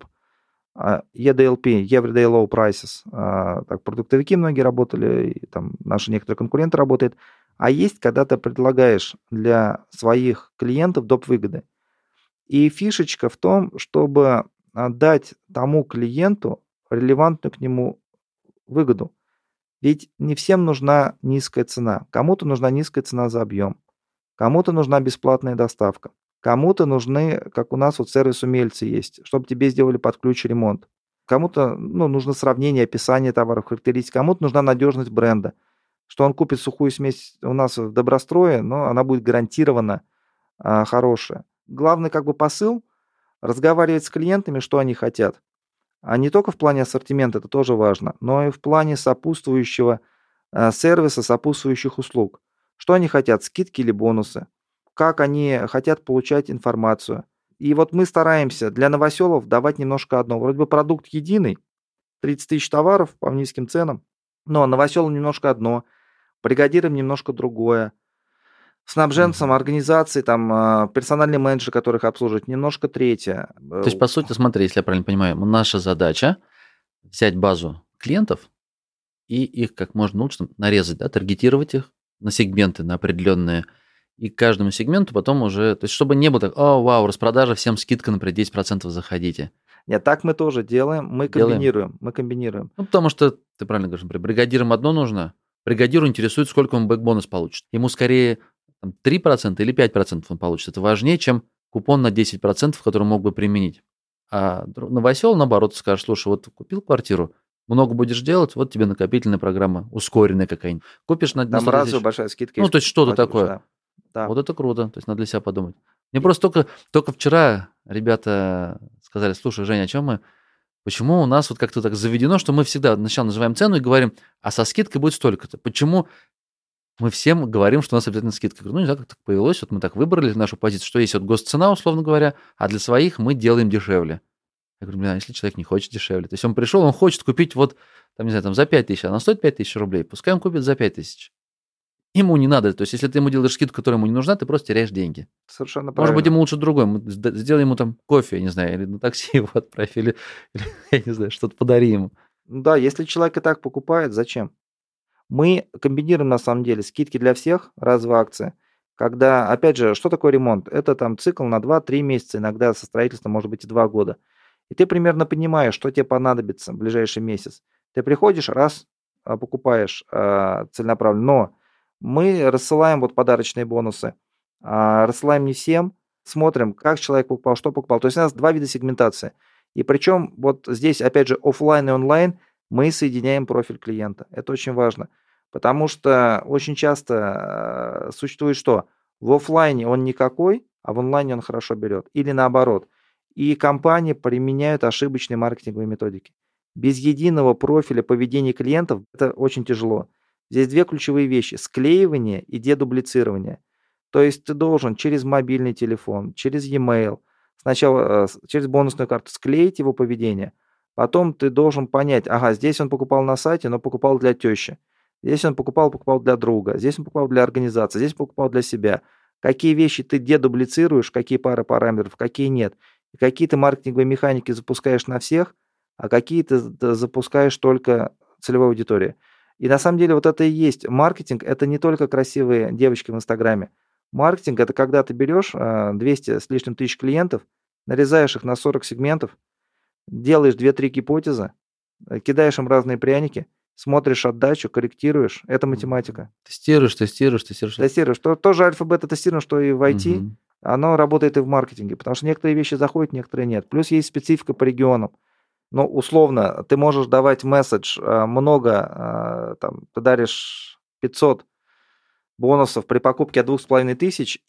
EDLP, Everyday Low Prices. Так, продуктовики многие работали, и наши некоторые конкуренты работают. А есть, когда ты предлагаешь для своих клиентов доп. Выгоды. И фишечка в том, чтобы дать тому клиенту релевантную к нему выгоду. Ведь не всем нужна низкая цена. Кому-то нужна низкая цена за объем, кому-то нужна бесплатная доставка, кому-то нужны, как у нас сервис умельцы есть, чтобы тебе сделали под ключ ремонт. Кому-то нужно сравнение, описание товаров, характеристик, кому-то нужна надежность бренда. что он купит сухую смесь у нас в Добрострое, но она будет гарантированно хорошая. Главный как бы посыл — разговаривать с клиентами, что они хотят. А не только в плане ассортимента, это тоже важно, но и в плане сопутствующего сервиса, сопутствующих услуг. Что они хотят, скидки или бонусы? Как они хотят получать информацию? И вот мы стараемся для новоселов давать немножко одно. Вроде бы продукт единый, 30 тысяч товаров по низким ценам, но новоселам немножко одно, бригадирам немножко другое. Снабженцам, организации, там, персональный менеджер, которых обслуживает, немножко третье. То есть, по сути, смотри, если я правильно понимаю, наша задача взять базу клиентов и их как можно лучше нарезать, да, таргетировать их на сегменты, на определенные, и к каждому сегменту потом уже, то есть, чтобы не было так, о, вау, распродажа, всем скидка, например, 10% заходите. Нет, так мы тоже делаем, мы комбинируем. Ну, потому что, ты правильно говоришь, например, бригадирам одно нужно, бригадиру интересует, сколько он бэкбонус получит. Ему скорее 3% или 5% он получит. Это важнее, чем купон на 10%, который он мог бы применить. А новосел, наоборот, скажет, слушай, вот купил квартиру, много будешь делать, вот тебе накопительная программа, ускоренная какая-нибудь. Купишь на 100 Там разовая большая скидка. Ну, то есть что-то такое. Да. Да. Вот это круто, то есть надо для себя подумать. Мне просто только вчера ребята сказали, слушай, Женя, о чем мы? Почему у нас вот как-то так заведено, что мы всегда сначала называем цену и говорим, а со скидкой будет столько-то? Почему мы всем говорим, что у нас обязательно скидка? Я говорю, ну, не знаю, как так повелось, вот мы так выбрали нашу позицию, что есть вот госцена, условно говоря, а для своих мы делаем дешевле. Я говорю, блин, а если человек не хочет дешевле? То есть он пришел, он хочет купить вот, там, не знаю, там за 5 тысяч, она стоит 5 тысяч рублей, пускай он купит за 5 тысяч. Ему не надо, то есть если ты ему делаешь скидку, которая ему не нужна, ты просто теряешь деньги. Совершенно правильно. Может быть, ему лучше другой, мы сделаем ему там кофе, я не знаю, или на такси его отправь, или я не знаю, что-то подари ему. Да, если человек и так покупает, зачем? Мы комбинируем, на самом деле, скидки для всех, разовые акции. Когда, опять же, что такое ремонт? Это там цикл на 2-3 месяца, иногда со строительством может быть и 2 года. И ты примерно понимаешь, что тебе понадобится в ближайший месяц. Ты приходишь, раз, покупаешь целенаправленно, но мы рассылаем вот подарочные бонусы, рассылаем не всем, смотрим, как человек покупал, что покупал. То есть у нас 2 вида сегментации. И причем вот здесь, опять же, офлайн и онлайн мы соединяем профиль клиента. Это очень важно, потому что очень часто существует что? В офлайне он никакой, а в онлайне он хорошо берет. Или наоборот. И компании применяют ошибочные маркетинговые методики. Без единого профиля поведения клиентов это очень тяжело. Здесь 2 ключевые вещи: склеивание и дедублицирование. То есть ты должен через мобильный телефон, через e-mail, сначала через бонусную карту склеить его поведение, потом ты должен понять, ага, здесь он покупал на сайте, но покупал для тещи, здесь он покупал для друга, здесь он покупал для организации, здесь покупал для себя. Какие вещи ты дедублицируешь, какие пары параметров, какие нет. И какие ты маркетинговые механики запускаешь на всех, а какие ты запускаешь только целевой аудитории. И на самом деле вот это и есть маркетинг. Это не только красивые девочки в Инстаграме. Маркетинг — это когда ты берешь 200 с лишним тысяч клиентов, нарезаешь их на 40 сегментов, делаешь 2-3 гипотезы, кидаешь им разные пряники, смотришь отдачу, корректируешь. Это математика. Тестируешь. Тестируешь. Тоже альфа-бета-тестирование, что и в IT, оно работает и в маркетинге, потому что некоторые вещи заходят, некоторые нет. Плюс есть специфика по регионам. Ну, условно, ты можешь давать месседж много, там, ты даришь 500 бонусов при покупке от 2500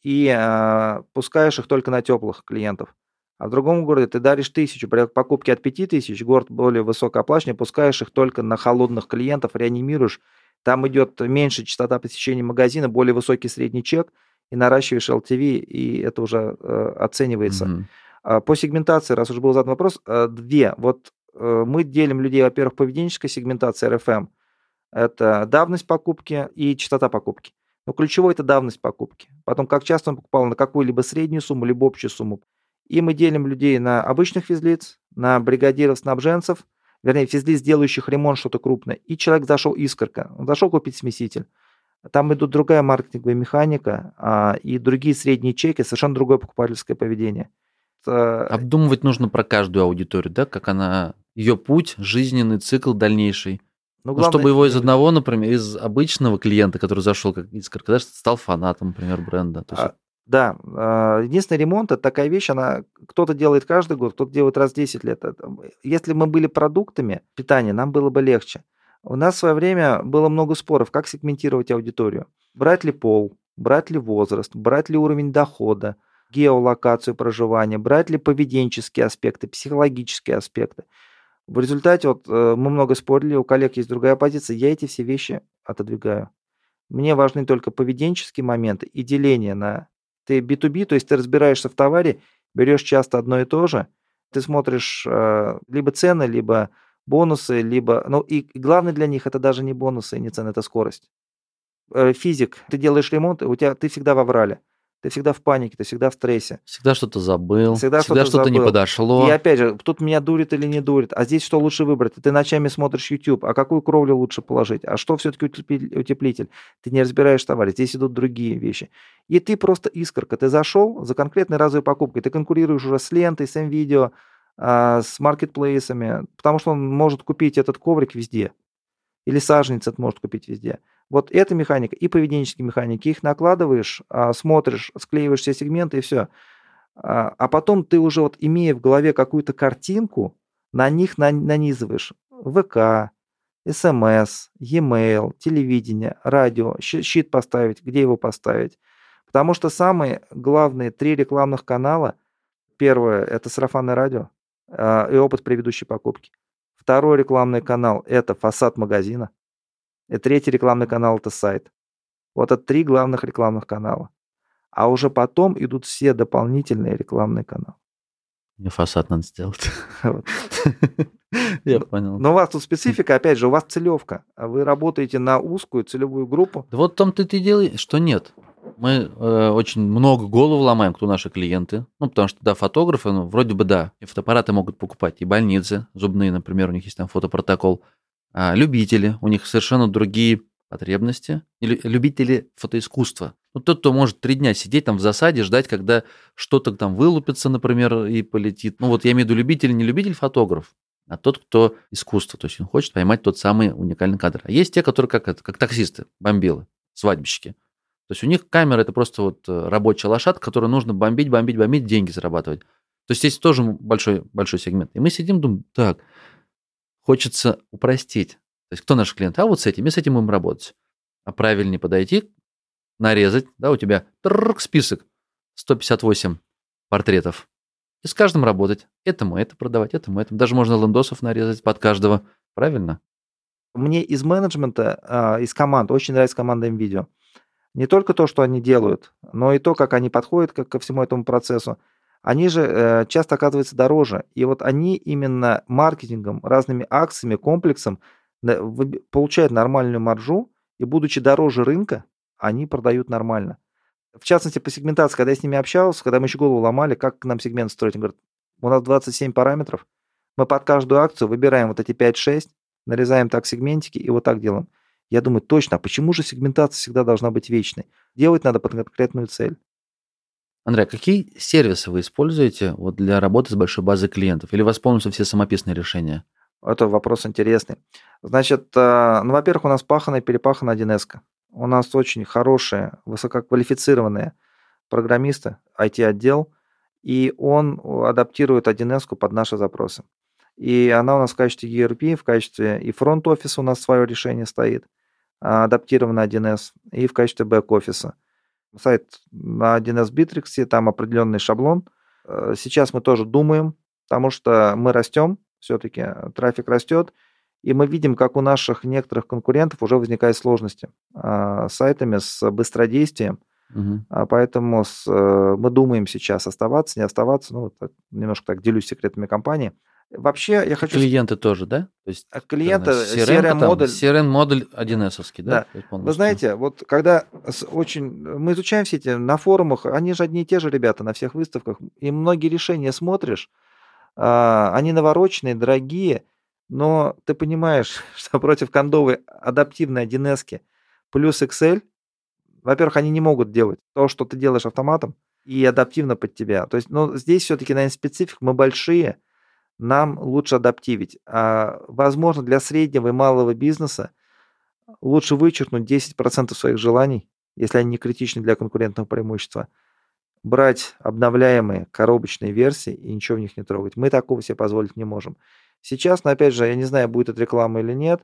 и пускаешь их только на теплых клиентов. А в другом городе ты даришь 1000 при покупке от 5000, город более высокооплачиваемый, пускаешь их только на холодных клиентов, реанимируешь. Там идет меньше частота посещения магазина, более высокий средний чек, и наращиваешь LTV, и это уже оценивается. По сегментации, раз уже был задан вопрос, 2. Вот мы делим людей, во-первых, поведенческой сегментацией RFM. Это давность покупки и частота покупки. Но ключевое — это давность покупки. Потом, как часто он покупал, на какую-либо среднюю сумму, либо общую сумму. И мы делим людей на обычных физлиц, на бригадиров-снабженцев, вернее, физлиц, делающих ремонт, что-то крупное. И человек зашел искорка, он зашел купить смеситель. Там идут другая маркетинговая механика и другие средние чеки, совершенно другое покупательское поведение. Обдумывать нужно про каждую аудиторию, да, как она, ее путь, жизненный цикл дальнейший. Ну, главное, чтобы его из одного, например, из обычного клиента, который зашел как искорка, да, стал фанатом, например, бренда. То есть... Да, единственный ремонт — это такая вещь, она кто-то делает каждый год, кто-то делает раз в 10 лет. Если мы были продуктами питания, нам было бы легче. У нас в свое время было много споров, как сегментировать аудиторию. Брать ли пол, брать ли возраст, брать ли уровень дохода, геолокацию проживания, брать ли поведенческие аспекты, психологические аспекты. В результате мы много спорили, у коллег есть другая позиция, я эти все вещи отодвигаю. Мне важны только поведенческие моменты и деление на... Ты B2B, то есть ты разбираешься в товаре, берешь часто одно и то же, ты смотришь либо цены, либо бонусы, либо... Ну и главное для них это даже не бонусы и не цены, это скорость. Физик, ты делаешь ремонт, ты всегда в аврале. Ты всегда в панике, ты всегда в стрессе. Всегда что-то забыл, Всегда что-то не подошло. И опять же, тут меня дурит или не дурит. А здесь что лучше выбрать? Ты ночами смотришь YouTube, а какую кровлю лучше положить? А что все-таки утеплитель? Ты не разбираешь товар, здесь идут другие вещи. И ты просто искорка. Ты зашел за конкретной разовой покупкой. Ты конкурируешь уже с лентой, с МВидео, с маркетплейсами, потому что он может купить этот коврик везде. Или саженец это может купить везде. Вот эта механика и поведенческие механики, их накладываешь, смотришь, склеиваешь все сегменты и все. А потом ты уже вот, имея в голове какую-то картинку, на них нанизываешь ВК, СМС, e-mail, телевидение, радио, щит поставить, где его поставить. Потому что самые главные 3 рекламных канала, первое – это сарафанное радио и опыт предыдущей покупки. Второй рекламный канал – это фасад магазина. И третий рекламный канал – это сайт. Вот это 3 главных рекламных канала. А уже потом идут все дополнительные рекламные каналы. Мне фасад надо сделать. Я понял. Но у вас тут специфика, опять же, у вас целевка. Вы работаете на узкую целевую группу. Да вот в том-то и дело, что нет. Мы очень много голову ломаем, кто наши клиенты. Ну, потому что, да, фотографы, ну, вроде бы да, и фотоаппараты могут покупать, и больницы зубные, например, у них есть там фотопротокол. А любители, у них совершенно другие потребности. Любители фотоискусства. Ну, тот, кто может 3 дня сидеть там в засаде, ждать, когда что-то там вылупится, например, и полетит. Ну, вот я имею в виду любитель, не любитель фотограф, а тот, кто искусство. То есть он хочет поймать тот самый уникальный кадр. А есть те, которые как таксисты, бомбилы, свадьбищики. То есть у них камера – это просто вот рабочая лошадка, которую нужно бомбить, деньги зарабатывать. То есть здесь тоже большой сегмент. И мы сидим, думаем, так, хочется упростить. То есть кто наш клиент? А вот с этим, и с этим будем работать. А правильнее подойти, нарезать, да, у тебя список 158 портретов. И с каждым работать. Этому это продавать, этому. Даже можно лендосов нарезать под каждого. Правильно? Мне из менеджмента, из команд, очень нравится команда МВидео. Не только то, что они делают, но и то, как они подходят ко всему этому процессу. Они же часто оказываются дороже. И вот они именно маркетингом, разными акциями, комплексом получают нормальную маржу, и будучи дороже рынка, они продают нормально. В частности, по сегментации, когда я с ними общался, когда мы еще голову ломали, как нам сегмент строить, они говорят, у нас 27 параметров, мы под каждую акцию выбираем вот эти 5-6, нарезаем так сегментики и вот так делаем. Я думаю, точно, а почему же сегментация всегда должна быть вечной? Делать надо под конкретную цель. Андрей, а какие сервисы вы используете вот для работы с большой базой клиентов? Или у вас полностью все самописные решения? Это вопрос интересный. Значит, ну, во-первых, у нас паханая, перепахана 1С. У нас очень хорошие, высококвалифицированные программисты, IT-отдел, и он адаптирует 1С под наши запросы. И она у нас в качестве ERP, в качестве и фронт-офиса у нас свое решение стоит, адаптированный 1С, и в качестве бэк-офиса. Сайт на 1С Bittrex, там определенный шаблон. Сейчас мы тоже думаем, потому что мы растем, все-таки трафик растет, и мы видим, как у наших некоторых конкурентов уже возникают сложности с сайтами, с быстродействием. Угу. Поэтому мы думаем сейчас оставаться, не оставаться. Ну, вот, немножко так делюсь секретами компании. Вообще, я хочу... Клиенты тоже, да? То есть клиенты, CRM-модуль... CRM-модуль 1С-овский, да? Вы знаете, вот когда мы изучаем все эти на форумах, они же одни и те же ребята на всех выставках, и многие решения смотришь, они навороченные, дорогие, но ты понимаешь, что против кондовой адаптивной 1С плюс Excel, во-первых, они не могут делать то, что ты делаешь автоматом, и адаптивно под тебя. То есть, ну, здесь все-таки, наверное, специфик, мы большие, нам лучше адаптивить. Возможно, для среднего и малого бизнеса лучше вычеркнуть 10% своих желаний, если они не критичны для конкурентного преимущества, брать обновляемые коробочные версии и ничего в них не трогать. Мы такого себе позволить не можем. Сейчас, но опять же, я не знаю, будет это реклама или нет,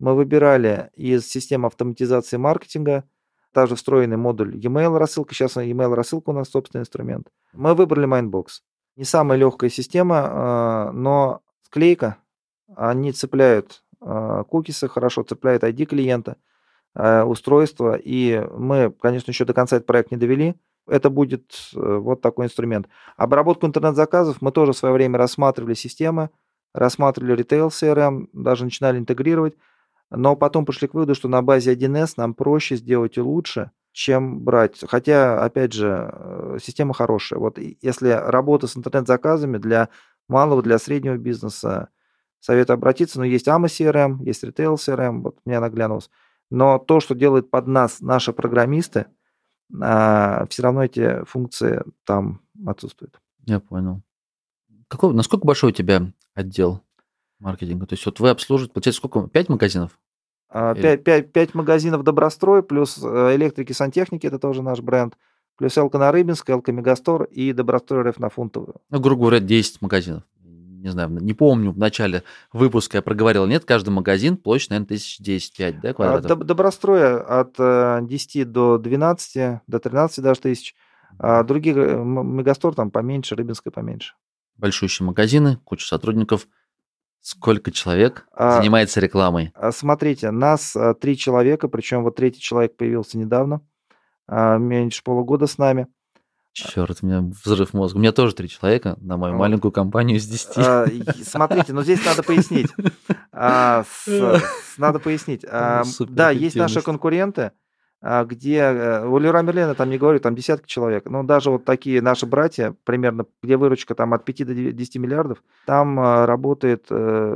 Мы выбирали из системы автоматизации маркетинга, также встроенный модуль e-mail рассылка. Сейчас e-mail рассылка у нас собственный инструмент. Мы выбрали Mindbox. Не самая легкая система, но склейка. Они цепляют кукисы, хорошо цепляют ID клиента, устройство. И мы, конечно, еще до конца этот проект не довели. Это будет вот такой инструмент. Обработку интернет-заказов мы тоже в свое время рассматривали системы, рассматривали ритейл CRM, даже начинали интегрировать. Но потом пришли к выводу, что на базе 1С нам проще сделать и лучше, чем брать. Хотя, опять же, система хорошая. Вот если работа с интернет-заказами для малого, для среднего бизнеса, советую обратиться. Но есть AMA CRM, есть Retail CRM, вот мне наглянулось. Но то, что делают под нас наши программисты, все равно эти функции там отсутствуют. Я понял. Насколько большой у тебя отдел маркетинга? То есть вот вы обслуживаете, получается, сколько? 5 магазинов? 5 магазинов Добрострой, плюс электрики, сантехники, это тоже наш бренд, плюс Элка на Рыбинской, Элка Мегастор и Добрострой РФ на Фунтовую. Ну, грубо говоря, 10 магазинов. Не знаю, не помню, в начале выпуска я проговорил. Нет, каждый магазин, площадь, наверное, 1010-5, да, квадратов? Добростроя от 10 до 12, до 13 даже тысяч. А другие, Мегастор там поменьше, Рыбинская поменьше. Большущие магазины, куча сотрудников. Сколько человек занимается рекламой? Смотрите, нас 3 человека, причем вот 3-й человек появился недавно, меньше полугода с нами. Черт, у меня взрыв мозга. У меня тоже 3 человека на мою маленькую компанию из 10. Смотрите, но здесь надо пояснить. Надо пояснить. Да, есть наши конкуренты, где у Леруа Мерлена, там не говорю, там десятки человек, но даже вот такие наши братья, примерно, где выручка там от 5 до 10 миллиардов, там работает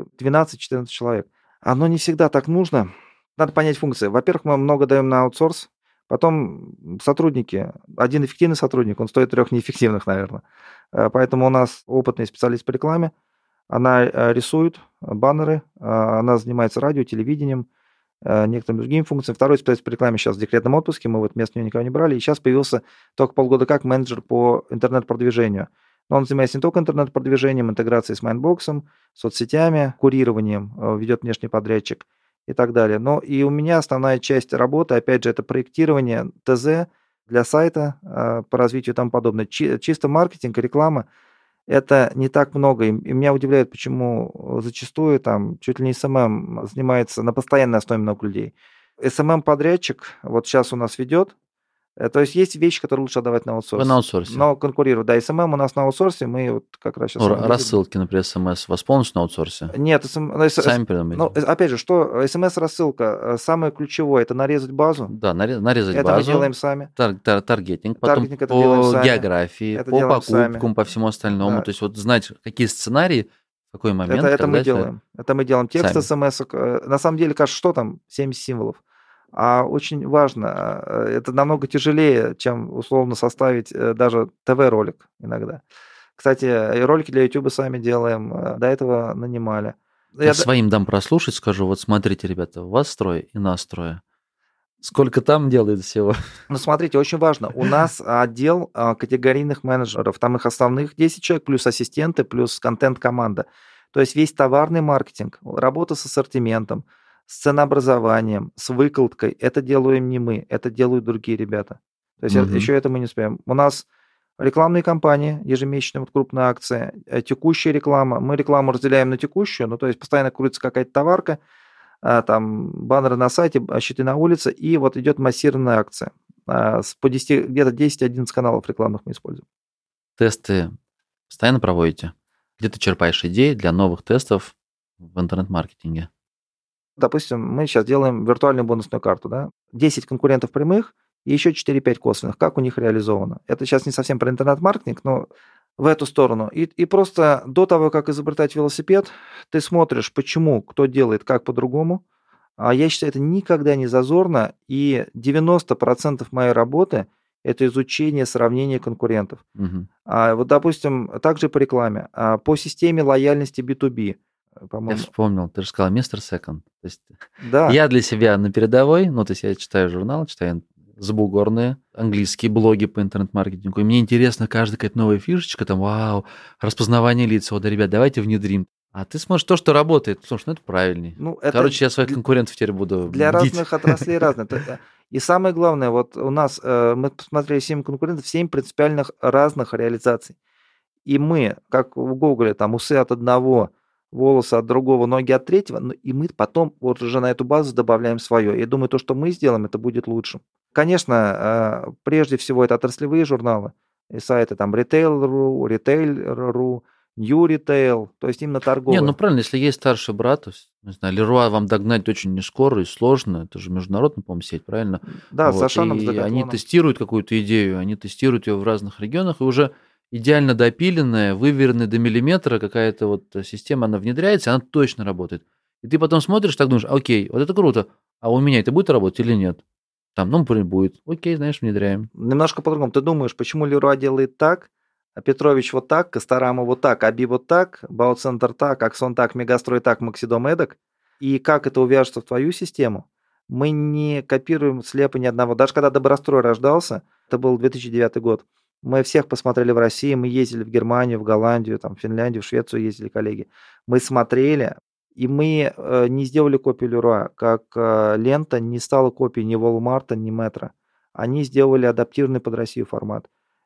12-14 человек. Оно не всегда так нужно. Надо понять функции. Во-первых, мы много даем на аутсорс, потом сотрудники. Один эффективный сотрудник, он стоит 3 неэффективных, наверное. Поэтому у нас опытный специалист по рекламе, она рисует баннеры, она занимается радио, телевидением, некоторыми другими функциями. Второй специалист по рекламе сейчас в декретном отпуске, мы вот вместо него никого не брали, и сейчас появился только полгода как менеджер по интернет-продвижению. Но он занимается не только интернет-продвижением, интеграцией с Mindbox, соцсетями, курированием, ведет внешний подрядчик и так далее. Но и у меня основная часть работы, опять же, это проектирование ТЗ для сайта по развитию и тому подобное. Чисто маркетинг и реклама – это не так много. И меня удивляет, почему зачастую там чуть ли не СММ занимается на постоянной основе много людей. СММ-подрядчик вот сейчас у нас ведет. То есть есть вещи, которые лучше отдавать на аутсорс. Вы на аутсорсе. Но конкурировать. Да, СММ у нас на аутсорсе, мы вот как раз сейчас... Рассылки, например, СМС у вас полностью на аутсорсе? Нет, сами придумали. Ну, опять же, что СМС-рассылка, самое ключевое, это нарезать базу. Да, нарезать это базу. Это мы делаем сами. Таргетинг, потом это по географии, это по покупкам, сами. По всему остальному. Да. То есть вот знать, какие сценарии, в какой момент. Это мы делаем. Это мы делаем. Текст СМС. На самом деле, кажется, что там? 70 символов. А очень важно, это намного тяжелее, чем условно составить даже ТВ-ролик иногда. Кстати, ролики для YouTube сами делаем, до этого нанимали. Я своим дам прослушать, скажу, вот смотрите, ребята, у вас строй и нас трое. Сколько там делает всего? Ну, смотрите, очень важно. У нас отдел категорийных менеджеров, там их основных 10 человек, плюс ассистенты, плюс контент-команда. То есть весь товарный маркетинг, работа с ассортиментом, с ценообразованием, с выкладкой. Это делаем не мы, это делают другие ребята. То есть еще это мы не успеем. У нас рекламные кампании, ежемесячные вот крупные акции, текущая реклама. Мы рекламу разделяем на текущую, ну то есть постоянно крутится какая-то товарка, там баннеры на сайте, щиты на улице, и вот идет массированная акция. По 10, где-то 10-11 каналов рекламных мы используем. Тесты постоянно проводите? Где ты черпаешь идеи для новых тестов в интернет-маркетинге? Допустим, мы сейчас делаем виртуальную бонусную карту, да? 10 конкурентов прямых и еще 4-5 косвенных. Как у них реализовано? Это сейчас не совсем про интернет-маркетинг, но в эту сторону. И просто до того, как изобретать велосипед, ты смотришь, почему, кто делает, как по-другому. А я считаю, это никогда не зазорно. И 90% моей работы – это изучение, сравнение конкурентов. Вот, допустим, также по рекламе. По системе лояльности B2B. По-моему. Я вспомнил, ты же сказал Мистер Секонд. То есть да. Я для себя на передовой, ну, то есть я читаю журнал, читаю забугорные английские блоги по интернет-маркетингу, и мне интересно каждая какая-то новая фишечка, там, вау, распознавание лиц, вот, да, ребят, давайте внедрим. А ты смотришь то, что работает. Слушай, ну это правильней. Ну, это Короче, я своих конкурентов теперь буду для бдить. разных отраслей разное. И самое главное, вот у нас, мы посмотрели 7 конкурентов, 7 принципиальных разных реализаций. И мы, как в Гоголе, там усы от одного, волосы от другого, ноги от третьего, и мы потом вот уже на эту базу добавляем свое. Я думаю, то, что мы сделаем, это будет лучше. Конечно, прежде всего это отраслевые журналы и сайты там Retail.ru, Retail.ru, New Retail, то есть именно Не, торговые. ну правильно, если есть старший брат, то есть, не знаю, Леруа вам догнать очень не скоро и сложно. Это же международная, по-моему, сеть, правильно? Да, с Вот. Ашаном, с И они Декатлоном. тестируют какую-то идею, они тестируют ее в разных регионах, и уже идеально допиленная, выверенная до миллиметра какая-то вот система, она внедряется, она точно работает. И ты потом смотришь, так думаешь, окей, вот это круто, а у меня это будет работать или нет? Там, ну, например, будет. Окей, знаешь, внедряем. Немножко по-другому. Ты думаешь, почему Леруа делает так, а Петрович вот так, Косторама вот так, Аби вот так, Бауцентр так, Аксон так, Мегастрой так, Максидом эдак. И как это увяжется в твою систему? Мы не копируем слепо ни одного. Даже когда Добрострой рождался, это был 2009 год, мы всех посмотрели в России, мы ездили в Германию, в Голландию, там, в Финляндию, в Швецию ездили коллеги. Мы смотрели, и мы не сделали копию Леруа, как лента не стала копией ни Walmart, ни Метро. Они сделали адаптированный под Россию формат.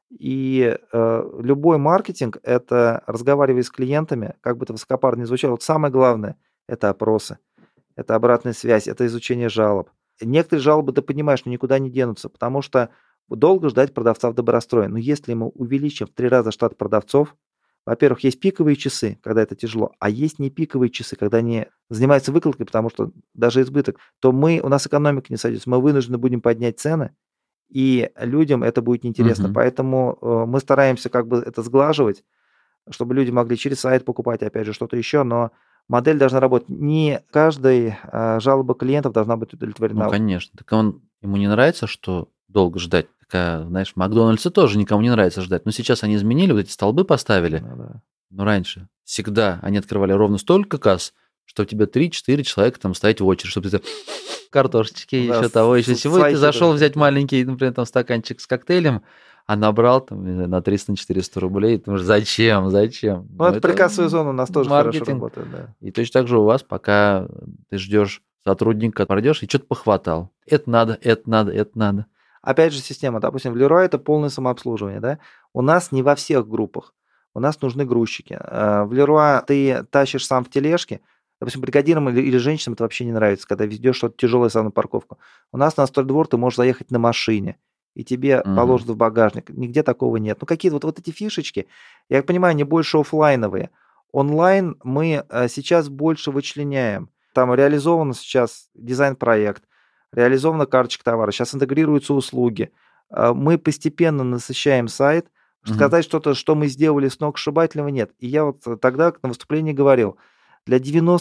И любой маркетинг – это разговаривай с клиентами, как бы это высокопарно ни звучало. Вот самое главное – это опросы, это обратная связь, это изучение жалоб. Некоторые жалобы ты понимаешь, но никуда не денутся, потому что долго ждать продавца в Добрострое. Но если мы увеличим в 3 раза штат продавцов, во-первых, есть пиковые часы, когда это тяжело, а есть не пиковые часы, когда они занимаются выкладкой, потому что даже избыток, то у нас экономика не сойдется, мы вынуждены будем поднять цены, и людям это будет неинтересно. Мгм. Поэтому мы стараемся как бы это сглаживать, чтобы люди могли через сайт покупать, опять же, что-то еще, но модель должна работать. Не каждая жалоба клиентов должна быть Ну, удовлетворена. конечно. Так ему не нравится, что долго ждать. Такая, знаешь, Макдональдсы тоже никому не нравится ждать. Но сейчас они изменили, вот эти столбы поставили. Ну да. Но раньше всегда они открывали ровно столько касс, что у тебя 3-4 человека там стоять в очередь, чтобы ты картошечки, Да, еще того, еще всего. И ты слайсы зашел даже взять такие. маленький, например, там стаканчик с коктейлем, а набрал там, не знаю, на 300-400 рублей. Ты думаешь, зачем? Ну, Ну, это прикассовая зона у нас тоже хорошо маркетинг. работает, да. И точно так же у вас, пока ты ждешь сотрудника, пройдешь и что-то похватал. Это надо, это надо, это надо. Опять же, система, допустим, в Leroy это полное самообслуживание, да? У нас не во всех группах. У нас нужны грузчики. В Leroy ты тащишь сам в тележке. Допустим, бригадирам или женщинам это вообще не нравится, когда везешь что-то тяжелое сам на парковку. У нас на стройдвор ты можешь заехать на машине, и тебе Мгм. положат в багажник. Нигде такого нет. Ну, какие-то вот эти фишечки, я понимаю, они больше оффлайновые. Онлайн мы сейчас больше вычленяем. Там реализован сейчас дизайн-проект, реализована карточка товара, сейчас интегрируются услуги. Мы постепенно насыщаем сайт. Мгм. Сказать что-то, что мы сделали сногсшибательного, нет. И я вот тогда на выступлении говорил, для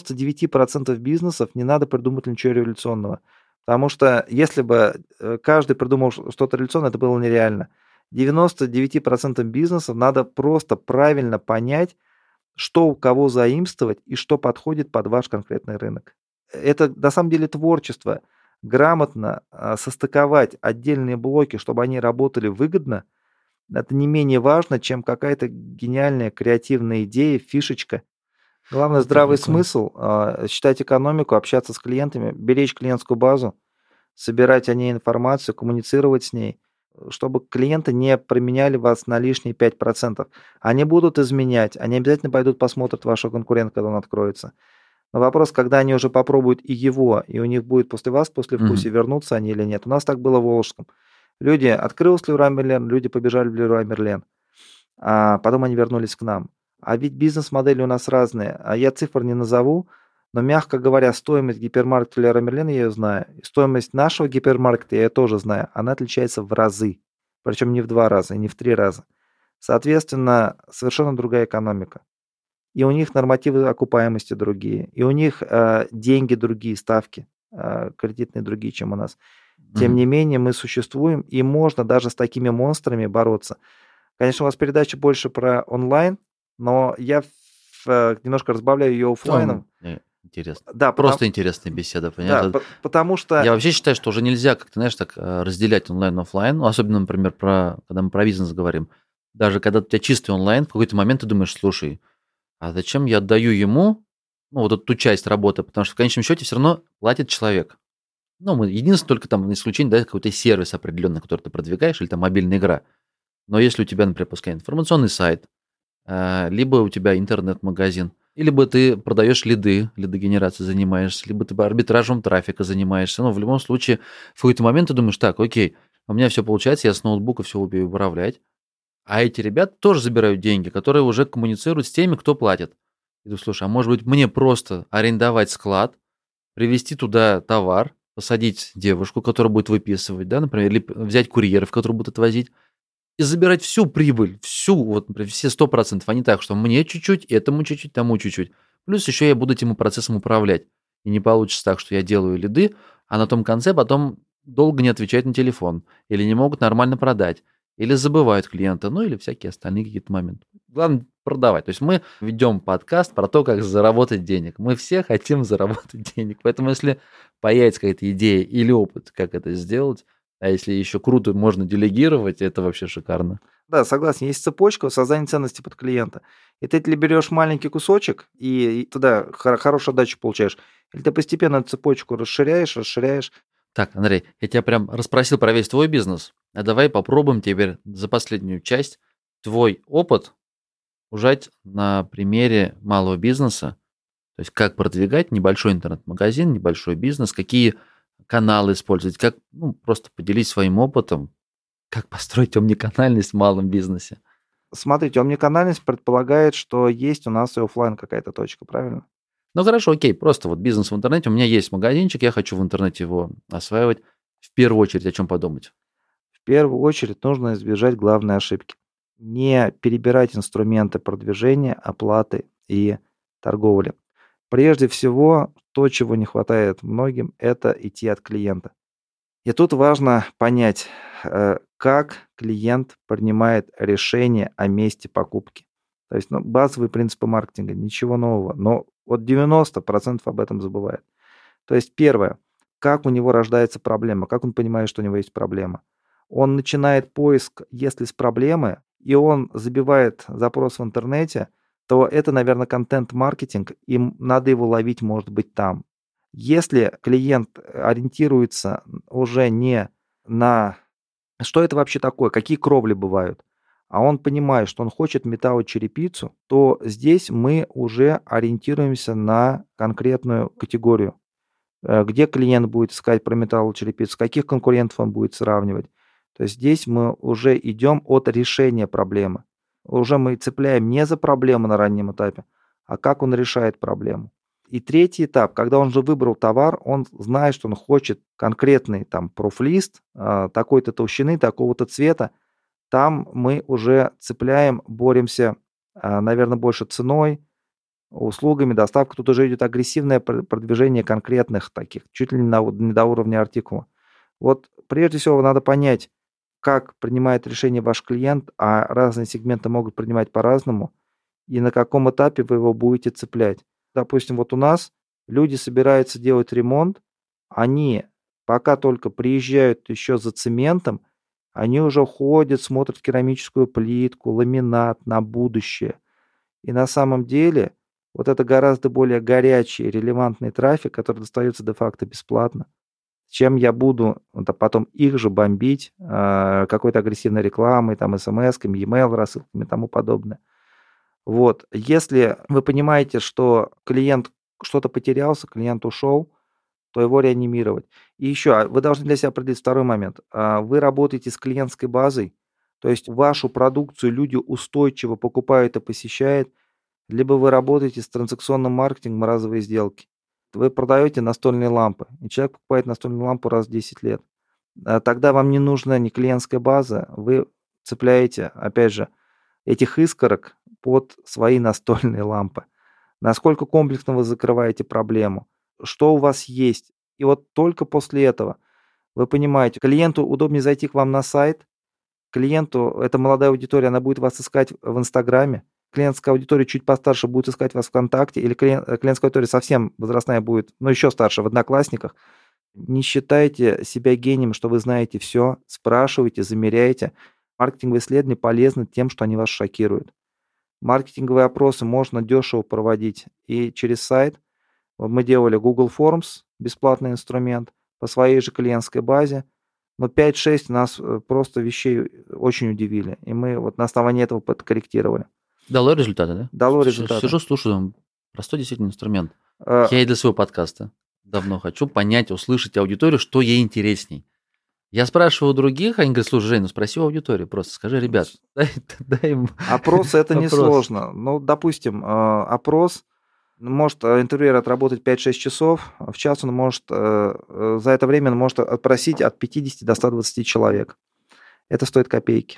99% бизнесов не надо придумать ничего революционного. Потому что если бы каждый придумал что-то революционное, это было нереально. 99% бизнесов надо просто правильно понять, что у кого заимствовать и что подходит под ваш конкретный рынок. Это на самом деле творчество. Грамотно состыковать отдельные блоки, чтобы они работали выгодно, это не менее важно, чем какая-то гениальная креативная идея, фишечка. Главное, Это здравый прикольно. смысл, считать экономику, общаться с клиентами, беречь клиентскую базу, собирать о ней информацию, коммуницировать с ней, чтобы клиенты не променяли вас на лишние 5%. Они будут изменять, они обязательно пойдут посмотрят вашего конкурента, когда он откроется. Но вопрос, когда они уже попробуют и его, и у них будет после вас послевкусие, вернутся они или нет. У нас так было в Волжском. Люди открылся Леруа Мерлен, люди побежали в Леруа Мерлен, а потом они вернулись к нам. А ведь бизнес-модели у нас разные. А я цифр не назову, но, мягко говоря, стоимость гипермаркета Леруа Мерлен я ее знаю. И стоимость нашего гипермаркета я ее тоже знаю. Она отличается в разы. Причем не в 2 раза и не в 3 раза. Соответственно, совершенно другая экономика. И у них нормативы окупаемости другие. И у них деньги другие, ставки кредитные другие, чем у нас. Тем не менее, мы существуем, и можно даже с такими монстрами бороться. Конечно, у вас передача больше про онлайн, но я немножко разбавляю ее оффлайном. Интересно. Да, Просто интересная беседа, понимаешь? Да, потому что... Я вообще считаю, что уже нельзя как-то, знаешь, так разделять онлайн и оффлайн. Ну, особенно, например, когда мы про бизнес говорим. Даже когда у тебя чистый онлайн, в какой-то момент ты думаешь, слушай, а зачем я отдаю ему, ну, вот эту часть работы, потому что в конечном счете все равно платит человек. Ну, мы единственное только там исключение, да, какой-то сервис определенный, который ты продвигаешь, или там мобильная игра. Но если у тебя, например, пускай информационный сайт, либо у тебя интернет-магазин, и либо ты продаешь лидогенерацией занимаешься, либо ты арбитражем трафика занимаешься. Но в любом случае, в какой-то момент ты думаешь, так, окей, у меня все получается, я с ноутбука все умею управлять, а эти ребята тоже забирают деньги, которые уже коммуницируют с теми, кто платит. И ты слушай, а может быть мне просто арендовать склад, привезти туда товар, посадить девушку, которая будет выписывать, да, например, или взять курьеров, которые будут отвозить, и забирать всю прибыль, всю, вот, например, все 100%, а не так, что мне чуть-чуть, этому чуть-чуть, тому чуть-чуть. Плюс еще я буду этим процессом управлять. И не получится так, что я делаю лиды, а на том конце потом долго не отвечают на телефон, или не могут нормально продать, или забывают клиента, ну или всякие остальные какие-то моменты. Главное продавать. То есть мы ведем подкаст про то, как заработать денег. Мы все хотим заработать денег. Поэтому если появится какая-то идея или опыт, как это сделать, а если еще круто можно делегировать, это вообще шикарно. Да, согласен. Есть цепочка создания ценности под клиента. И ты или берешь маленький кусочек, и туда хорошую отдачу получаешь, или ты постепенно эту цепочку расширяешь. Так, Андрей, я тебя прям расспросил про весь твой бизнес. А давай попробуем теперь за последнюю часть твой опыт ужать на примере малого бизнеса. То есть как продвигать небольшой интернет-магазин, небольшой бизнес, какие каналы использовать, как, ну, просто поделись своим опытом, как построить омниканальность в малом бизнесе. Смотрите, омниканальность предполагает, что есть у нас и офлайн какая-то точка, правильно? Ну хорошо, окей, просто вот бизнес в интернете, у меня есть магазинчик, я хочу в интернете его осваивать. В первую очередь о чем подумать? В первую очередь нужно избежать главной ошибки. Не перебирать инструменты продвижения, оплаты и торговли. Прежде всего, то, чего не хватает многим, это идти от клиента. И тут важно понять, как клиент принимает решение о месте покупки. То есть, базовые принципы маркетинга, ничего нового. Но вот 90% об этом забывает. То есть, первое, как у него рождается проблема, как он понимает, что у него есть проблема. Он начинает поиск, если с проблемы, и он забивает запрос в интернете, то это, наверное, контент-маркетинг, и надо его ловить, может быть, там. Если клиент ориентируется уже не на что это вообще такое, какие кровли бывают, а он понимает, что он хочет металлочерепицу, то здесь мы уже ориентируемся на конкретную категорию. Где клиент будет искать про металлочерепицу, каких конкурентов он будет сравнивать. То есть здесь мы уже идем от решения проблемы. Уже мы цепляем не за проблему на раннем этапе, а как он решает проблему. И третий этап, когда он уже выбрал товар, он знает, что он хочет конкретный там профлист такой-то толщины, такого-то цвета. Там мы уже цепляем, боремся, наверное, больше ценой, услугами, доставка. Тут уже идет агрессивное продвижение конкретных таких, чуть ли не до уровня артикула. Вот прежде всего надо понять, как принимает решение ваш клиент, а разные сегменты могут принимать по-разному, и на каком этапе вы его будете цеплять. Допустим, вот у нас люди собираются делать ремонт, они пока только приезжают еще за цементом, они уже ходят, смотрят керамическую плитку, ламинат на будущее. И на самом деле вот это гораздо более горячий, релевантный трафик, который достается де-факто бесплатно, чем я буду потом их же бомбить какой-то агрессивной рекламой, там, смс-ками, e-mail рассылками и тому подобное. Вот. Если вы понимаете, что клиент что-то потерялся, клиент ушел, то его реанимировать. И еще, вы должны для себя определить второй момент. Вы работаете с клиентской базой, то есть вашу продукцию люди устойчиво покупают и посещают, либо вы работаете с транзакционным маркетингом, разовые сделки. Вы продаете настольные лампы, и человек покупает настольную лампу раз в 10 лет. Тогда вам не нужна ни клиентская база, вы цепляете, опять же, этих искорок под свои настольные лампы. Насколько комплексно вы закрываете проблему, что у вас есть. И вот только после этого вы понимаете, клиенту удобнее зайти к вам на сайт, клиенту, это молодая аудитория, она будет вас искать в Инстаграме, клиентская аудитория чуть постарше будет искать вас ВКонтакте, или клиентская аудитория совсем возрастная будет, но еще старше, в Одноклассниках. Не считайте себя гением, что вы знаете все, спрашивайте, замеряйте. Маркетинговые исследования полезны тем, что они вас шокируют. Маркетинговые опросы можно дешево проводить и через сайт. Мы делали Google Forms, бесплатный инструмент, по своей же клиентской базе. Но 5-6 нас просто вещей очень удивили. И мы вот на основании этого подкорректировали. Дало результаты, да? Дало результаты. Сижу, слушаю, думаю, простой действительно инструмент. Э, Я и для своего подкаста давно хочу понять, услышать аудиторию, что ей интересней. Я спрашиваю у других, они говорят, слушай, Жень, ну спроси у аудитории, просто скажи, ребят, дай им... Опрос это Опрос. несложно. Ну, допустим, опрос, может интервьюер отработать 5-6 часов, в час он может, за это время он может отпросить от 50 до 120 человек. Это стоит копейки.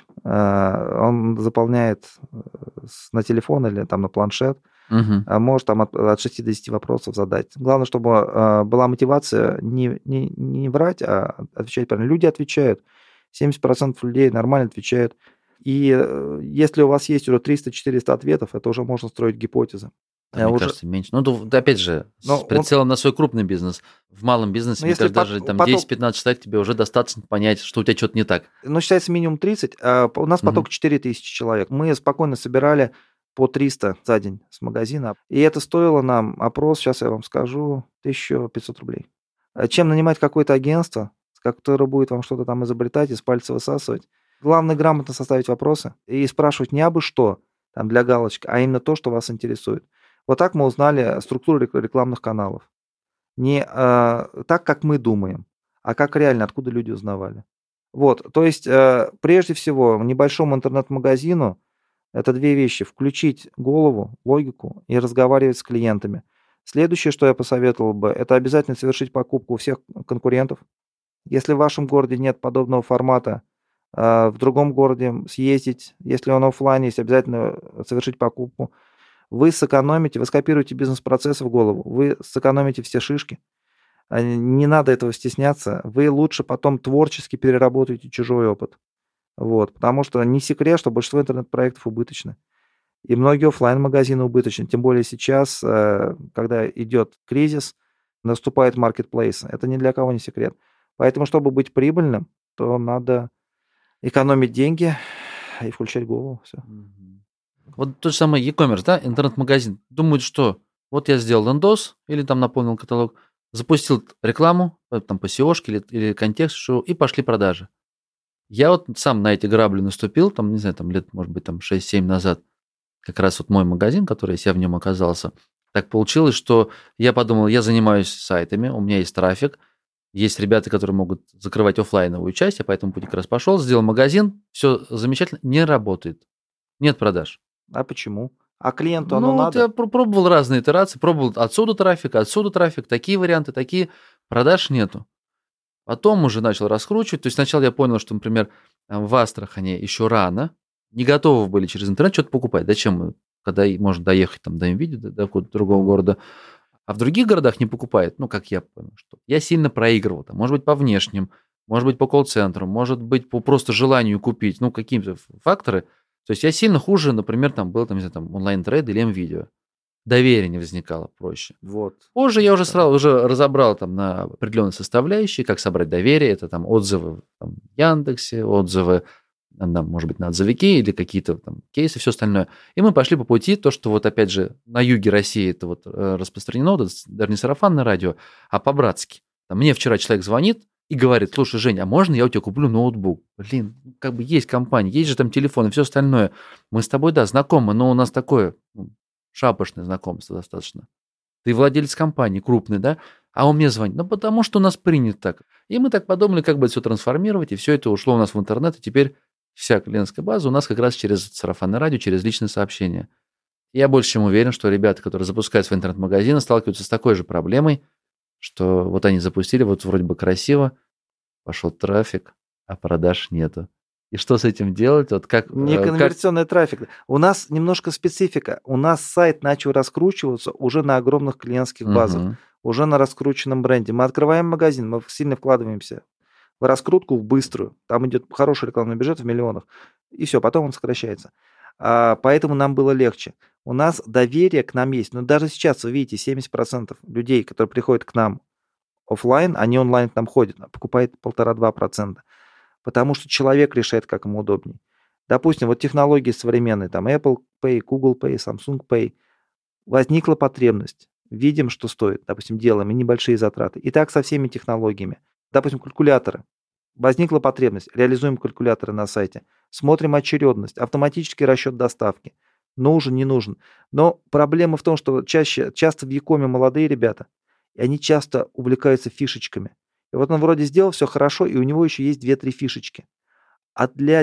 Он заполняет на телефон или там на планшет, может там от 6 до 10 вопросов задать. Главное, чтобы была мотивация не врать, а отвечать правильно. Люди отвечают. 70% людей нормально отвечают. И если у вас есть уже 300-400 ответов, это уже можно строить гипотезы. Мне кажется, меньше. Ну, опять же, с прицелом на свой крупный бизнес. В малом бизнесе, мне кажется, даже там 10-15 человек тебе уже достаточно понять, что у тебя что-то не так. Ну, считается минимум 30. У нас поток 4000 человек. Мы спокойно собирали по 300 за день с магазина. И это стоило нам, опрос, сейчас я вам скажу, 1500 рублей. Чем нанимать какое-то агентство, которое будет вам что-то там изобретать, из пальца высасывать. Главное, грамотно составить вопросы и спрашивать не абы что, там, для галочки, а именно то, что вас интересует. Вот так мы узнали структуру рекламных каналов. Не так, как мы думаем, а как реально, откуда люди узнавали. Вот, то есть, прежде всего, небольшому интернет-магазину это две вещи. Включить голову, логику и разговаривать с клиентами. Следующее, что я посоветовал бы, это обязательно совершить покупку у всех конкурентов. Если в вашем городе нет подобного формата, в другом городе съездить, если он офлайн есть, обязательно совершить покупку. Вы сэкономите, вы скопируете бизнес-процесс в голову, вы сэкономите все шишки. Не надо этого стесняться. Вы лучше потом творчески переработаете чужой опыт. Вот, потому что не секрет, что большинство интернет-проектов убыточны. И многие офлайн-магазины убыточны. Тем более сейчас, когда идет кризис, наступает маркетплейс. Это ни для кого не секрет. Поэтому, чтобы быть прибыльным, то надо экономить деньги и включать голову. Все. Вот тот же самый e-commerce, да, интернет-магазин. Думают, что вот я сделал лендос или там наполнил каталог, запустил рекламу, там по SEO-шке или контексту, и пошли продажи. Я вот сам на эти грабли наступил, там, не знаю, там лет, может быть, там 6-7 назад, как раз вот мой магазин, который, если я в нем оказался, так получилось, что я подумал, я занимаюсь сайтами, у меня есть трафик, есть ребята, которые могут закрывать офлайновую часть, я по этому пути как раз пошел, сделал магазин, все замечательно, не работает, нет продаж. А почему? А клиенту оно надо? Я пробовал разные итерации, пробовал отсюда трафик, такие варианты, такие, продаж нету. Потом уже начал раскручивать. То есть сначала я понял, что, например, в Астрахани еще рано, не готовы были через интернет что-то покупать. Зачем мы, когда можно доехать там, до МВИДи, до какого-то другого города, а в других городах не покупает, ну, как я понял, что я сильно проигрывал. Там, может быть, по внешним, может быть, по колл-центру, может быть, по просто желанию купить, ну, какие-то факторы. То есть я сильно хуже, например, там был там, не знаю, там, онлайн-трейд или МВидео. Доверие не возникало проще. Вот. Позже я уже сразу разобрал там на определенные составляющие, как собрать доверие. Это там отзывы там, в Яндексе, отзывы, может быть, на отзывики или какие-то там кейсы, все остальное. И мы пошли по пути, то, что вот опять же на юге России это вот распространено, даже не сарафанное радио, а по-братски. Там, мне вчера человек звонит и говорит, слушай, Жень, а можно я у тебя куплю ноутбук? Блин, как бы есть компания, есть же там телефон и все остальное. Мы с тобой, да, знакомы, но у нас такое... шапошное знакомство достаточно. Ты владелец компании, крупный, да? А он мне звонит. Ну, потому что у нас принято так. И мы так подумали, как бы это все трансформировать, и все это ушло у нас в интернет, и теперь вся клиентская база у нас как раз через сарафанное радио, через личные сообщения. Я больше чем уверен, что ребята, которые запускают свои интернет-магазины, сталкиваются с такой же проблемой, что вот они запустили, вот вроде бы красиво, пошел трафик, а продаж нету. И что с этим делать? Вот как, Неконверсионный трафик. У нас немножко специфика. У нас сайт начал раскручиваться уже на огромных клиентских базах, уже на раскрученном бренде. Мы открываем магазин, мы сильно вкладываемся в раскрутку, в быструю. Там идет хороший рекламный бюджет в миллионах. И все, потом он сокращается. Поэтому нам было легче. У нас доверие к нам есть. Но даже сейчас, вы видите, 70% людей, которые приходят к нам офлайн, они онлайн к нам ходят, покупают 1,5-2%. Потому что человек решает, как ему удобнее. Допустим, вот технологии современные, там Apple Pay, Google Pay, Samsung Pay. Возникла потребность. Видим, что стоит. Допустим, делаем и небольшие затраты. И так со всеми технологиями. Допустим, калькуляторы. Возникла потребность. Реализуем калькуляторы на сайте. Смотрим очередность. Автоматический расчет доставки. Нужен, не нужен. Но проблема в том, что часто в Якоме молодые ребята, и они часто увлекаются фишечками. И вот он вроде сделал все хорошо, и у него еще есть 2-3 фишечки. А для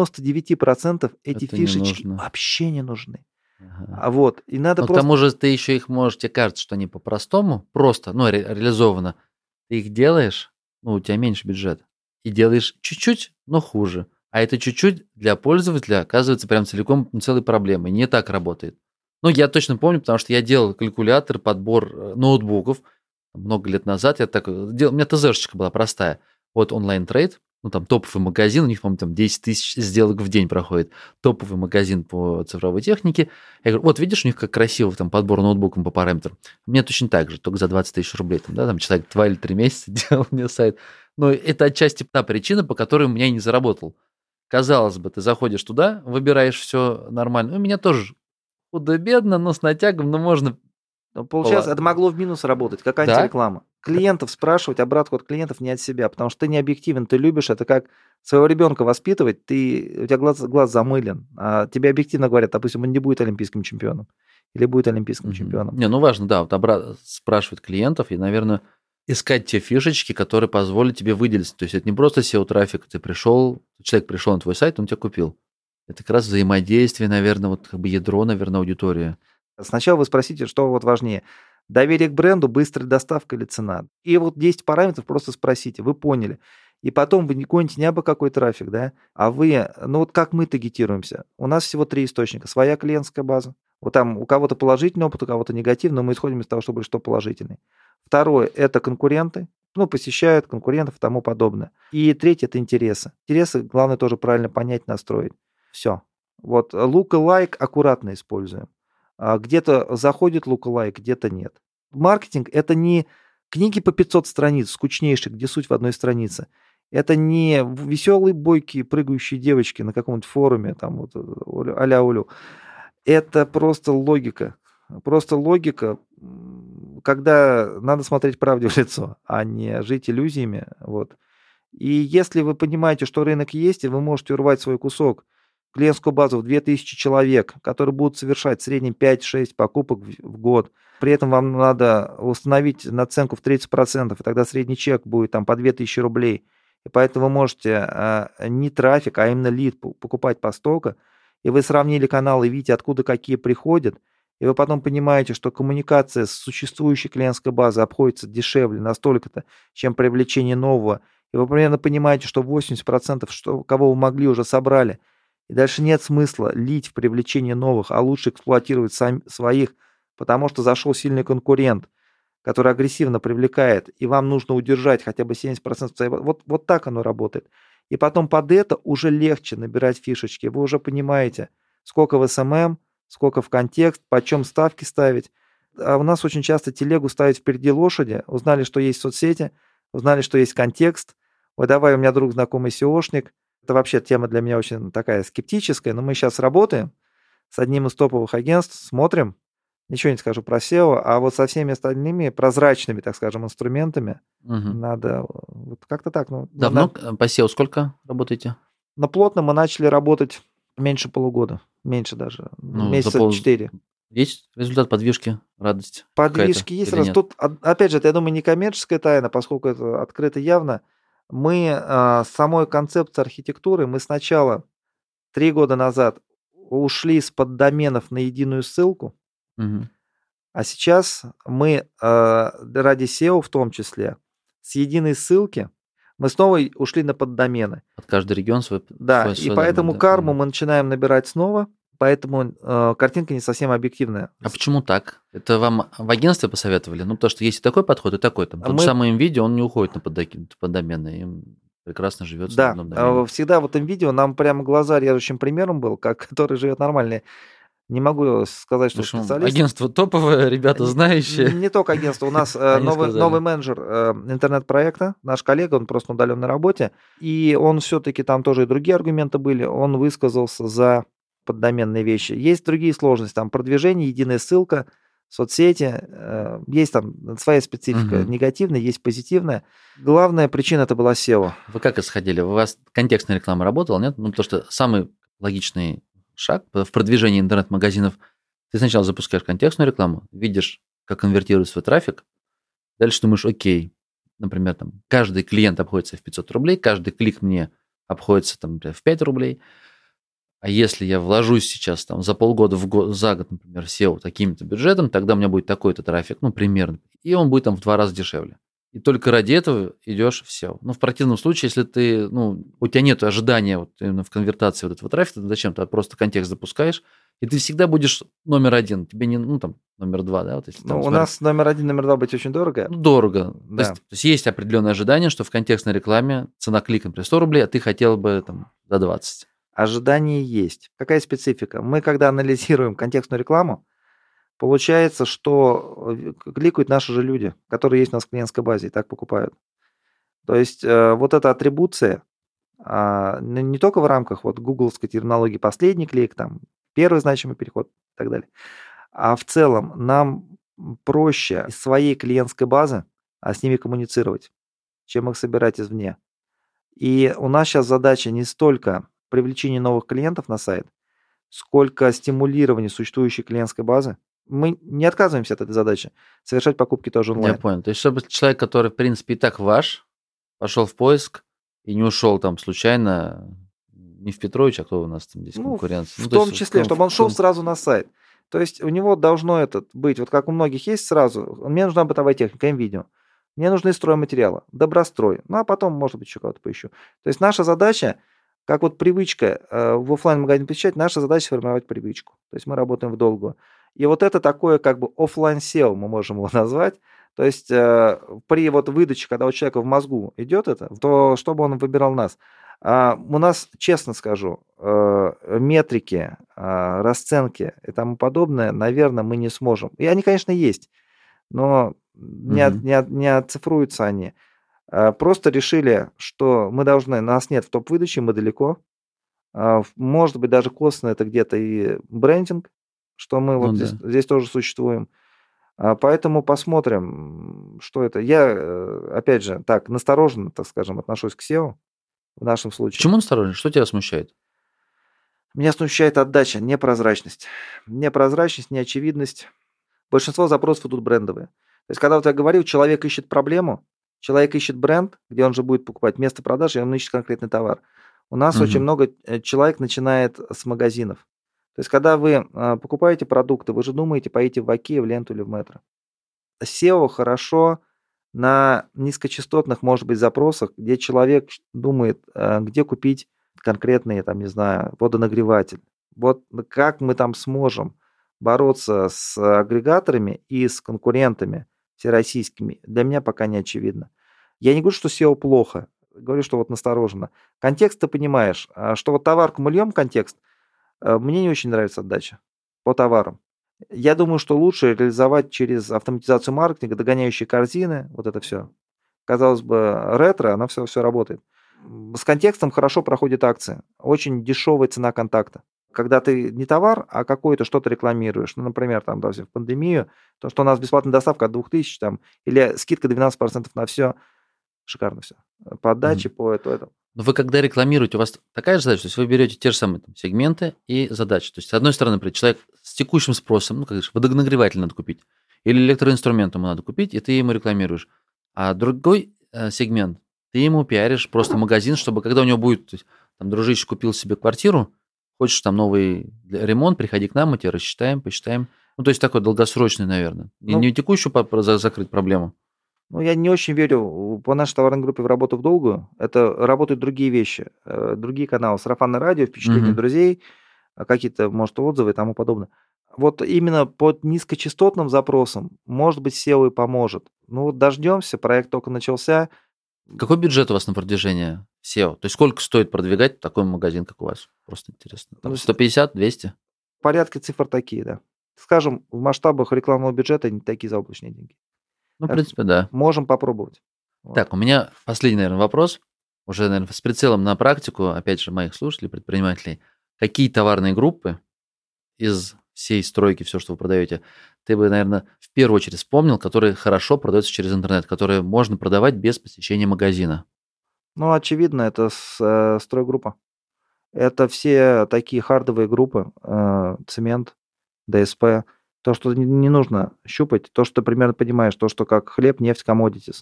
99% эти Это не фишечки нужно. вообще не нужны. Ага. Вот. И надо Но к просто... тому же ты еще их можешь, тебе кажется, что они по-простому, просто, реализовано. Ты их делаешь, у тебя меньше бюджет. И делаешь чуть-чуть, но хуже. А это чуть-чуть для пользователя оказывается прям целиком целой проблемой. Не так работает. Я точно помню, потому что я делал калькулятор, подбор ноутбуков много лет назад. Я так делал, у меня ТЗшечка была простая. Вот онлайн-трейд, там топовый магазин, у них, по-моему, там 10 тысяч сделок в день проходит. Топовый магазин по цифровой технике. Я говорю, вот видишь, у них как красиво там подбор ноутбуком по параметрам. Мне точно так же, только за 20 тысяч рублей. Там человек 2 или 3 месяца делал мне сайт. Но это отчасти та причина, по которой у меня и не заработал. Казалось бы, ты заходишь туда, выбираешь все нормально. У меня тоже худо-бедно, но с натягом, но можно... Получается, это могло в минус работать. Какая-нибудь Да. реклама. Клиентов спрашивать, обратку от клиентов не от себя, потому что ты не объективен, ты любишь, это как своего ребенка воспитывать, у тебя глаз замылен, а тебе объективно говорят, допустим, он не будет олимпийским чемпионом или будет олимпийским чемпионом. Важно, да, спрашивать клиентов и, наверное, искать те фишечки, которые позволят тебе выделиться. То есть это не просто SEO-трафик, человек пришел на твой сайт, он тебя купил. Это как раз взаимодействие, наверное, ядро, наверное, аудитории. Сначала вы спросите, что важнее. Доверие к бренду, быстрая доставка или цена. И 10 параметров просто спросите, вы поняли. И потом вы не гоните не абы какой трафик, да, а вы, как мы таргетируемся. У нас всего 3 источника. Своя клиентская база. Там у кого-то положительный опыт, у кого-то негативный, но мы исходим из того, что большинство положительный. Второе – это конкуренты. Посещают конкурентов и тому подобное. И третье – это интересы. Интересы, главное, тоже правильно понять, настроить. Все. Look-alike аккуратно используем. Где-то заходит lookalike, где-то нет. Маркетинг – это не книги по 500 страниц, скучнейшие, где суть в одной странице. Это не веселые, бойкие, прыгающие девочки на каком-нибудь форуме, а-ля Улю. Это просто логика. Просто логика, когда надо смотреть правде в лицо, а не жить иллюзиями. И если вы понимаете, что рынок есть, и вы можете урвать свой кусок, клиентскую базу в 2000 человек, которые будут совершать в среднем 5-6 покупок в год. При этом вам надо установить наценку в 30%, и тогда средний чек будет по 2000 рублей. И поэтому вы можете не трафик, а именно лид покупать по стоку. И вы сравнили каналы, видите, откуда какие приходят. И вы потом понимаете, что коммуникация с существующей клиентской базой обходится дешевле настолько-то, чем привлечение нового. И вы примерно понимаете, что 80%, кого вы могли, уже собрали. И дальше нет смысла лить в привлечение новых, а лучше эксплуатировать своих, потому что зашел сильный конкурент, который агрессивно привлекает, и вам нужно удержать хотя бы 70% своей... Вот так оно работает. И потом под это уже легче набирать фишечки. Вы уже понимаете, сколько в SMM, сколько в контекст, почем ставки ставить. А у нас очень часто телегу ставить впереди лошади. Узнали, что есть соцсети, узнали, что есть контекст. У меня друг знакомый SEOшник. Это вообще тема для меня очень такая скептическая, но мы сейчас работаем с одним из топовых агентств, смотрим, ничего не скажу про SEO, а со всеми остальными прозрачными, так скажем, инструментами надо как-то так. Давно по SEO сколько работаете? Плотно мы начали работать меньше полугода, меньше даже, месяца 4. Есть результат подвижки, радость? Подвижки есть. Тут, опять же, это, я думаю, не коммерческая тайна, поскольку это открыто явно. Мы самой концепции архитектуры, мы сначала 3 года назад ушли с поддоменов на единую ссылку, а сейчас мы ради SEO в том числе с единой ссылки мы снова ушли на поддомены. Под каждый регион свой. Да, и поэтому карму мы начинаем набирать снова, поэтому картинка не совсем объективная. А почему так? Это вам в агентстве посоветовали? Потому что есть и такой подход, и такой. Тот же самый видео, он не уходит на поддомены, им прекрасно живется. Да, всегда в этом видео нам прямо глаза режущим примером был, который живет нормально. Не могу сказать, что специалист. Агентство топовое, ребята знающие. Не только агентство. У нас новый менеджер интернет-проекта, наш коллега, он просто на удаленной работе. И он все-таки, там тоже и другие аргументы были, он высказался за поддоменные вещи. Есть другие сложности, там продвижение, единая ссылка, соцсети, есть там своя специфика, негативная, есть позитивная. Главная причина это была SEO. Вы как исходили? У вас контекстная реклама работала, нет? Ну, потому что самый логичный шаг в продвижении интернет-магазинов, ты сначала запускаешь контекстную рекламу, видишь, как конвертирует свой трафик, дальше думаешь, окей, например, там, каждый клиент обходится в 500 рублей, каждый клик мне обходится там, например, в 5 рублей, а если я вложусь сейчас там, за полгода, за год, например, в SEO таким-то бюджетом, тогда у меня будет такой-то трафик, ну, примерно, и он будет там в 2 раза дешевле. И только ради этого идешь в SEO. Ну, в противном случае, если ты, ну, у тебя нет ожидания вот именно в конвертации вот этого трафика, то зачем? Ты просто контекст запускаешь, и ты всегда будешь номер один. Тебе не, ну, там, номер 2, да? Вот если там, у нас номер 1, номер 2 быть очень дорого. Ну, дорого. Да. То есть определенное ожидание, что в контекстной рекламе цена клика, например, 100 рублей, а ты хотел бы там за 20. Ожидание есть. Какая специфика? Мы, когда анализируем контекстную рекламу, получается, что кликают наши же люди, которые есть у нас в клиентской базе и так покупают. То есть вот эта атрибуция не только в рамках вот гугловской терминологии последний клик, там, первый значимый переход и так далее, а в целом нам проще из своей клиентской базы с ними коммуницировать, чем их собирать извне. И у нас сейчас задача не столько привлечения новых клиентов на сайт, сколько стимулирования существующей клиентской базы. Мы не отказываемся от этой задачи. Совершать покупки тоже онлайн. Я понял. То есть, чтобы человек, который, в принципе, и так ваш, пошел в поиск и не ушел там случайно, не в Петрович, а кто у нас там здесь конкурент? В том числе, чтобы он шел сразу на сайт. То есть у него должно быть, вот как у многих есть сразу, мне нужна бытовая техника, видео. Мне нужны стройматериалы, добрострой. Ну, а потом, может быть, еще кого-то поищу. То есть наша задача, как вот привычка в офлайн-магазин посещать, наша задача сформировать привычку. То есть мы работаем в долгую. И вот это такое как бы офлайн SEO, мы можем его назвать. То есть при вот выдаче, когда у человека в мозгу идет это, то чтобы он выбирал нас. У нас, честно скажу, метрики, расценки и тому подобное, наверное, мы не сможем. И они, конечно, есть, но не оцифруются они. Просто решили, что мы должны, нас нет в топ-выдаче, мы далеко. Может быть, даже косвенно это где-то и брендинг, что мы вот здесь тоже существуем. Поэтому посмотрим, что это. Я, опять же, так настороженно, так скажем, отношусь к SEO в нашем случае. Почему настороженно? Что тебя смущает? Меня смущает отдача, непрозрачность. Непрозрачность, неочевидность. Большинство запросов идут брендовые. То есть, когда вот я говорил, человек ищет проблему, человек ищет бренд, где он же будет покупать место продажи, и он ищет конкретный товар. У нас очень много человек начинает с магазинов. То есть, когда вы покупаете продукты, вы же думаете, поедете в Окей, в Ленту или в Метро. SEO хорошо на низкочастотных, может быть, запросах, где человек думает, где купить конкретный, там, не знаю, водонагреватель. Вот как мы там сможем бороться с агрегаторами и с конкурентами всероссийскими, для меня пока не очевидно. Я не говорю, что SEO плохо, говорю, что вот настороженно. Контекст ты понимаешь, что вот товарку мы льем контекст, мне не очень нравится отдача по товарам. Я думаю, что лучше реализовать через автоматизацию маркетинга, догоняющие корзины, вот это все. Казалось бы, ретро, оно все работает. С контекстом хорошо проходит акция. Очень дешевая цена контакта. Когда ты не товар, а какое-то что-то рекламируешь. Ну, например, там, да, в пандемию, то, что у нас бесплатная доставка от 2000, там, или скидка 12% на все. Шикарно все. По отдаче, по этому. Но вы когда рекламируете, у вас такая же задача, то есть вы берете те же самые там, сегменты и задачи. То есть, с одной стороны, например, человек с текущим спросом, ну, как говоришь, водонагреватель надо купить, или электроинструмент ему надо купить, и ты ему рекламируешь. А другой сегмент, ты ему пиаришь просто магазин, чтобы когда у него будет, то есть, там, дружище купил себе квартиру, хочешь там новый ремонт, приходи к нам, мы тебе рассчитаем, посчитаем. Ну, то есть, такой долгосрочный, наверное. И не текущую закрыть проблему. Ну, я не очень верю по нашей товарной группе в работу в долгую. Это работают другие вещи, другие каналы, сарафанное радио, впечатления друзей, какие-то, может, отзывы и тому подобное. Вот именно под низкочастотным запросам, может быть, SEO и поможет. Ну, вот дождемся, проект только начался. Какой бюджет у вас на продвижение SEO? То есть, сколько стоит продвигать такой магазин, как у вас? Просто интересно. Там 150, 200? Порядка цифр такие, да. Скажем, в масштабах рекламного бюджета не такие заоблачные деньги. Ну, в принципе, да. Можем попробовать. Так, у меня последний, наверное, вопрос. Уже, наверное, с прицелом на практику, опять же, моих слушателей, предпринимателей. какие товарные группы из всей стройки, все, что вы продаете, ты бы, наверное, в первую очередь вспомнил, которые хорошо продаются через интернет, которые можно продавать без посещения магазина? Ну, очевидно, это стройгруппа. Это все такие хардовые группы, цемент, ДСП. То, что не нужно щупать, то, что ты примерно понимаешь, то, что как хлеб, нефть, commodities.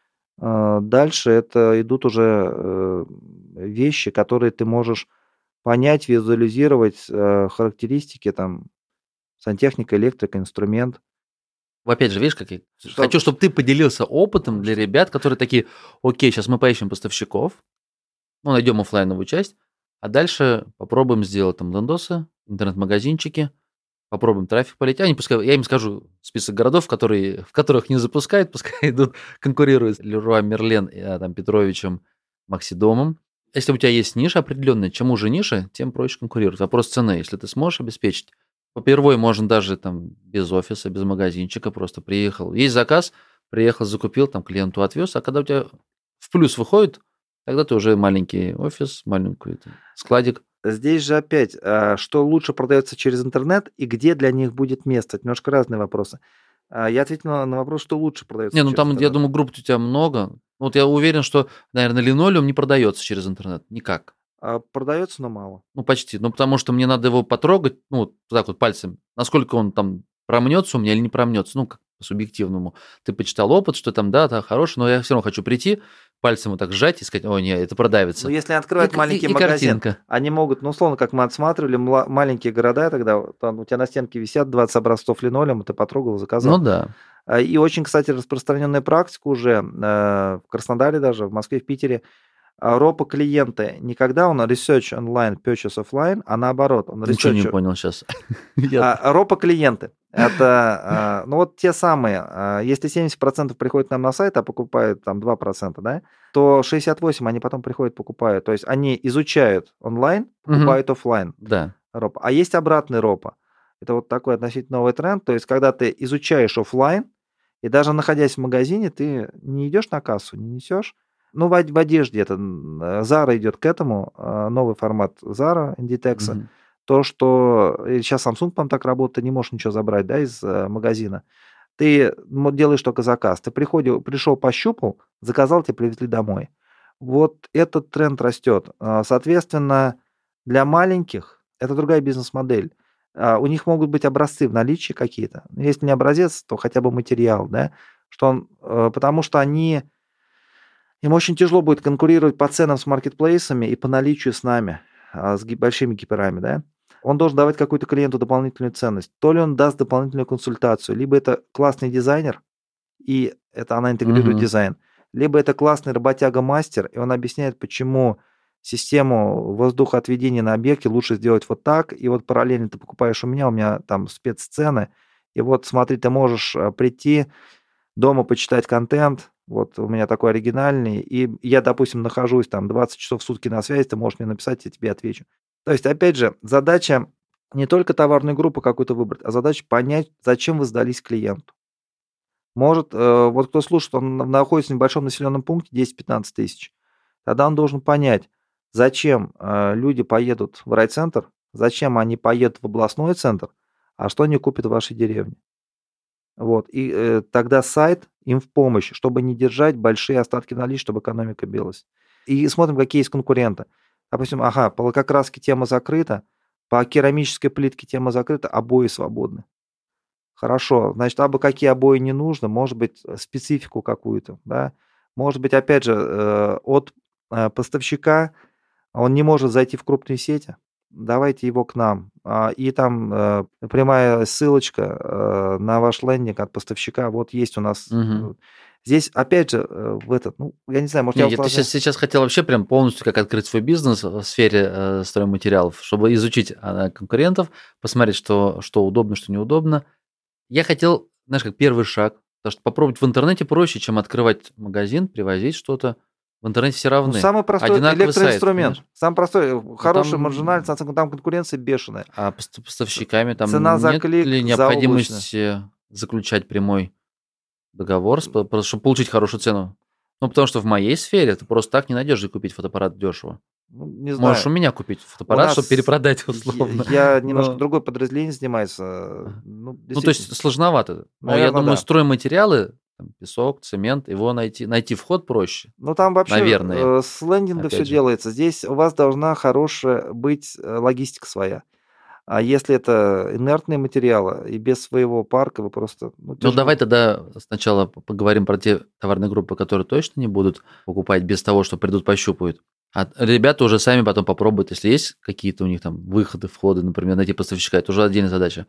Дальше это идут уже вещи, которые ты можешь понять, визуализировать, характеристики, там, сантехника, электрика, инструмент. Опять же, видишь, хочу, чтобы ты поделился опытом для ребят, которые такие: окей, сейчас мы поищем поставщиков, найдем офлайновую часть, а дальше попробуем сделать там лендосы, интернет-магазинчики, попробуем трафик полить. Я им скажу список городов, в которых не запускают, пускай идут, конкурируют с Леруа Мерлен, там, Петровичем, Максидомом. Если у тебя есть ниша определенная, чем уже ниша, тем проще конкурировать. Вопрос цены. Если ты сможешь обеспечить, по-первых, можно даже там без офиса, без магазинчика, просто приехал. Есть заказ, приехал, закупил, там клиенту отвез, а когда у тебя в плюс выходит, тогда ты уже маленький офис, маленький складик. Здесь же опять, что лучше продается через интернет и где для них будет место. Это немножко разные вопросы. Я ответил на вопрос, что лучше продается через там, интернет. я думаю, групп у тебя много. Я уверен, что, наверное, линолеум не продается через интернет. Никак. Продается, но мало. Почти. Потому что мне надо его потрогать, так вот пальцем, насколько он там промнется у меня или не промнется, как по-субъективному. Ты почитал опыт, что там, да, хороший, но я все равно хочу прийти, пальцем вот так сжать и сказать: нет, это продавится. Но если открывать маленький магазин, они могут, условно, как мы отсматривали, маленькие города тогда, там у тебя на стенке висят 20 образцов линолеума, ты потрогал, заказал. Да. И очень, кстати, распространенная практика уже в Краснодаре даже, в Москве, в Питере. ропа клиента не когда он research online, purchase offline, а наоборот. Он Ничего не понял сейчас. ропа клиенты. Это, те самые, если 70% приходят нам на сайт, а покупают там 2%, да, то 68% они потом приходят, покупают. То есть они изучают онлайн, покупают офлайн. Да. ропа. А есть обратный ропа. Это вот такой относительно новый тренд. То есть когда ты изучаешь офлайн, и даже находясь в магазине, ты не идешь на кассу, не несешь. В одежде это Zara идет к этому, новый формат Zara, Inditex. То, что сейчас Samsung, по-моему, так работает, ты не можешь ничего забрать, да, из магазина. Ты делаешь только заказ. Ты пришел, пощупал, заказал, тебе привезли домой. Вот этот тренд растет. Соответственно, для маленьких это другая бизнес-модель. У них могут быть образцы в наличии какие-то. Если не образец, то хотя бы материал, да, потому что им очень тяжело будет конкурировать по ценам с маркетплейсами и по наличию с нами, с большими гиперами, да. Он должен давать какую-то клиенту дополнительную ценность. То ли он даст дополнительную консультацию, либо это классный дизайнер, и это она интегрирует дизайн, либо это классный работяга-мастер, и он объясняет, почему систему воздухоотведения на объекте лучше сделать вот так, и вот параллельно ты покупаешь у меня там спеццены, и вот смотри, ты можешь прийти, дома почитать контент, вот у меня такой оригинальный, и я, допустим, нахожусь там 20 часов в сутки на связи, ты можешь мне написать, я тебе отвечу. То есть, опять же, задача не только товарную группу какую-то выбрать, а задача понять, зачем вы сдались клиенту. Может, вот кто слушает, он находится в небольшом населенном пункте, 10-15 тысяч, тогда он должен понять, зачем люди поедут в райцентр, зачем они поедут в областной центр, а что они купят в вашей деревне. Вот. И тогда сайт им в помощь, чтобы не держать большие остатки наличия, чтобы экономика билась. И смотрим, какие есть конкуренты. Допустим, по лакокраске тема закрыта, по керамической плитке тема закрыта, обои свободны. Хорошо, значит, какие обои не нужно, может быть, специфику какую-то, да. Может быть, опять же, от поставщика он не может зайти в крупные сети, давайте его к нам. И там прямая ссылочка на ваш лендинг от поставщика, вот есть у нас. Здесь, опять же, я не знаю, может, я сейчас хотел вообще прям полностью как открыть свой бизнес в сфере стройматериалов, чтобы изучить конкурентов, посмотреть, что удобно, что неудобно. Я хотел, знаешь, как первый шаг, потому что попробовать в интернете проще, чем открывать магазин, привозить что-то. В интернете все равны. Самый простой электроинструмент. Сайт, самый простой, хороший маржинальный, там конкуренция бешеная. А поставщиками там цена за клик, ли необходимости заключать прямой договор, чтобы получить хорошую цену? Потому что в моей сфере ты просто так не найдешь и купить фотоаппарат дешево. Не знаю. Можешь у меня купить фотоаппарат, чтобы перепродать условно. Я немножко другое подразделение занимаюсь. То есть сложновато. Наверное, я думаю, да. стройматериалы, песок, цемент, его найти вход проще. Там вообще наверное, с лендинга все делается. Здесь у вас должна хорошая быть логистика своя. А если это инертные материалы и без своего парка, вы просто... давай тогда сначала поговорим про те товарные группы, которые точно не будут покупать без того, что придут пощупают. А ребята уже сами потом попробуют, если есть какие-то у них там выходы, входы, например, найти поставщика, это уже отдельная задача.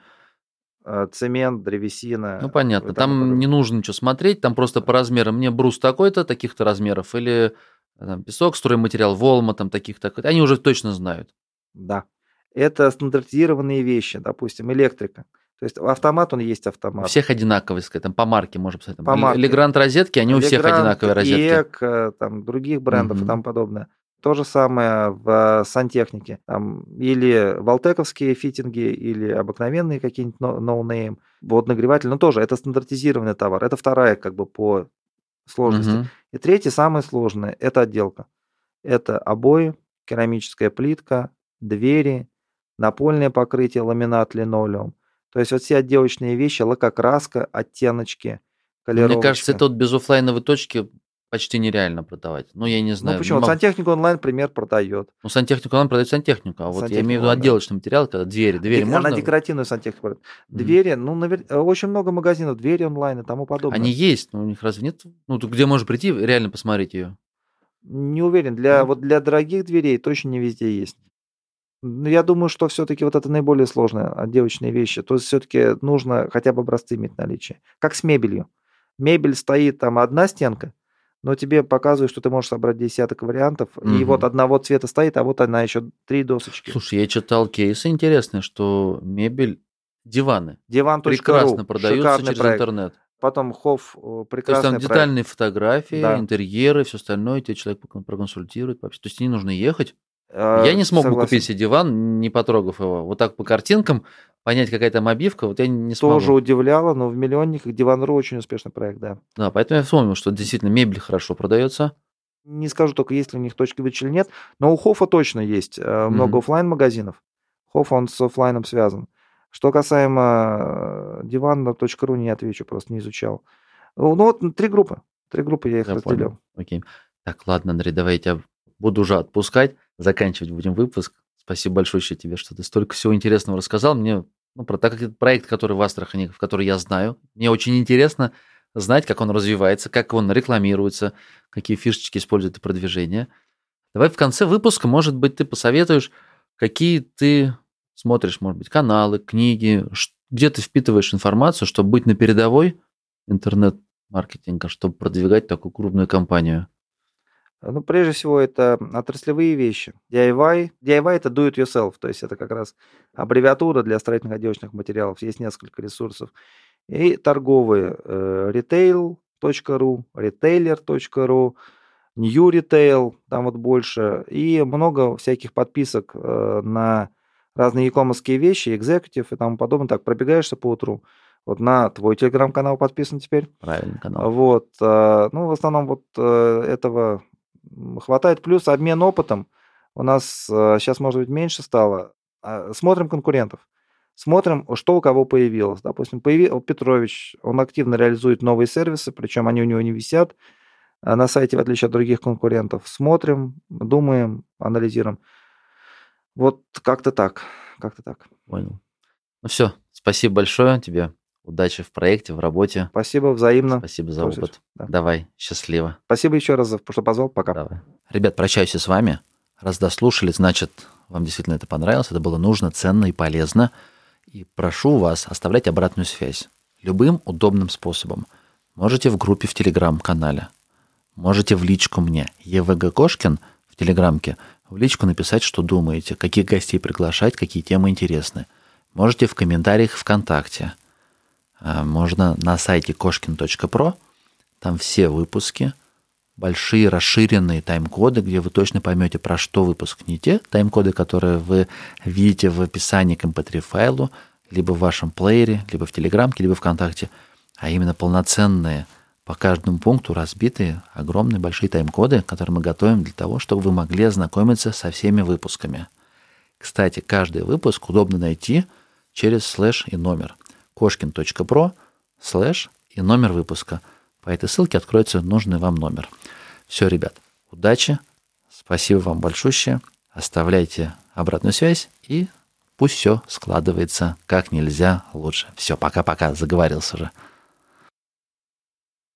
Цемент, древесина. Понятно, там не нужно ничего смотреть, там просто по размерам. Мне брус такой-то, таких-то размеров, или песок, стройматериал, волма, там таких-то. Они уже точно знают. Да. Это стандартизированные вещи, допустим, электрика. То есть автомат, он есть автомат. У всех одинаковые, там по марке, можно сказать. Legrand розетки, они у всех одинаковые розетки. EEC, там других брендов и тому подобное. То же самое в сантехнике. Или валтековские фитинги, или обыкновенные какие-нибудь no-name. Водонагреватель, тоже это стандартизированный товар. Это вторая по сложности. И третья, самая сложная, это отделка. Это обои, керамическая плитка, двери, напольное покрытие, ламинат, линолеум. То есть все отделочные вещи, лакокраска, оттеночки, колеровочка. Мне кажется, это без офлайновой точки почти нереально продавать. Я не знаю. Почему? Сантехнику онлайн, например, продает. Сантехнику онлайн продает сантехнику. А вот я имею в виду отделочный материал, когда двери можно... Она декоративную сантехнику продает. Двери, очень много магазинов, двери онлайн и тому подобное. Они есть, но у них разве нет? Где можно прийти, реально посмотреть ее? Не уверен. Для дорогих дверей точно не везде есть. Я думаю, что все-таки это наиболее сложные отделочные вещи. То есть все-таки нужно хотя бы образцы иметь в наличии. Как с мебелью. Мебель стоит там одна стенка, но тебе показывают, что ты можешь собрать десяток вариантов, и одного цвета стоит, а вот она еще 3 досочки. Слушай, я читал кейсы интересные, что мебель, диваны прекрасно продаются через интернет. Потом Хофф прекрасный. То есть там детальные фотографии, интерьеры, все остальное, тебе человек проконсультирует. То есть не нужно ехать. Я не смог бы купить себе диван, не потрогав его. Вот так по картинкам понять, какая там обивка, я не смогу. Тоже удивляло, но в миллионниках Диван.ру очень успешный проект, да. Да, поэтому я вспомнил, что действительно мебель хорошо продается. Не скажу только, есть ли у них точки выдачи или нет, но у Хоффа точно есть много офлайн-магазинов. Хофф, он с офлайном связан. Что касаемо Дивана.ру, не отвечу, просто не изучал. 3 группы. 3 группы я их разделил. Окей. Так, ладно, Андрей, давай я тебя буду уже отпускать. Заканчивать будем выпуск. Спасибо большое еще тебе, что ты столько всего интересного рассказал. Мне, про этот проект, который в Астрахани, в который я знаю, мне очень интересно знать, как он развивается, как он рекламируется, какие фишечки использует для продвижения. Давай в конце выпуска, может быть, ты посоветуешь, какие ты смотришь, может быть, каналы, книги, где ты впитываешь информацию, чтобы быть на передовой интернет-маркетинга, чтобы продвигать такую крупную компанию. Прежде всего, это отраслевые вещи. DIY. DIY – это do it yourself, то есть это как раз аббревиатура для строительных отделочных материалов. Есть несколько ресурсов. И торговые. Retail.ru, retailer.ru, New Retail, там больше. И много всяких подписок на разные e-commerce вещи, Executive и тому подобное. Так, пробегаешься по утру. На твой телеграм-канал подписан теперь. Правильный канал. В основном этого хватает. Плюс обмен опытом. У нас сейчас, может быть, меньше стало. Смотрим конкурентов. Смотрим, что у кого появилось. Допустим, Петрович, он активно реализует новые сервисы, причем они у него не висят на сайте, в отличие от других конкурентов. Смотрим, думаем, анализируем. Как-то так. Понял. Все, спасибо большое тебе. Удачи в проекте, в работе. Спасибо, взаимно. Спасибо за опыт. Да. Давай, счастливо. Спасибо еще раз, что позвал. Пока. Давай. Ребят, прощаюсь с вами. Раз дослушали, значит, вам действительно это понравилось, это было нужно, ценно и полезно. И прошу вас оставлять обратную связь любым удобным способом. Можете в группе в Телеграм-канале, можете в личку мне, ЕВГ Кошкин в Телеграмке, в личку написать, что думаете, каких гостей приглашать, какие темы интересны. Можете в комментариях ВКонтакте. Можно на сайте koshkin.pro, там все выпуски, большие расширенные тайм-коды, где вы точно поймете, про что выпуск, не те тайм-коды, которые вы видите в описании к MP3 файлу, либо в вашем плеере, либо в Телеграмке, либо ВКонтакте, а именно полноценные По каждому пункту разбиты огромные большие тайм-коды, которые мы готовим для того, чтобы вы могли ознакомиться со всеми выпусками. Кстати, каждый выпуск удобно найти через слэш и номер. koshkin.pro / и номер выпуска. По этой ссылке откроется нужный вам номер. Все, ребят, удачи. Спасибо вам большущее. Оставляйте обратную связь и пусть все складывается как нельзя лучше. Все, пока-пока, заговорился уже.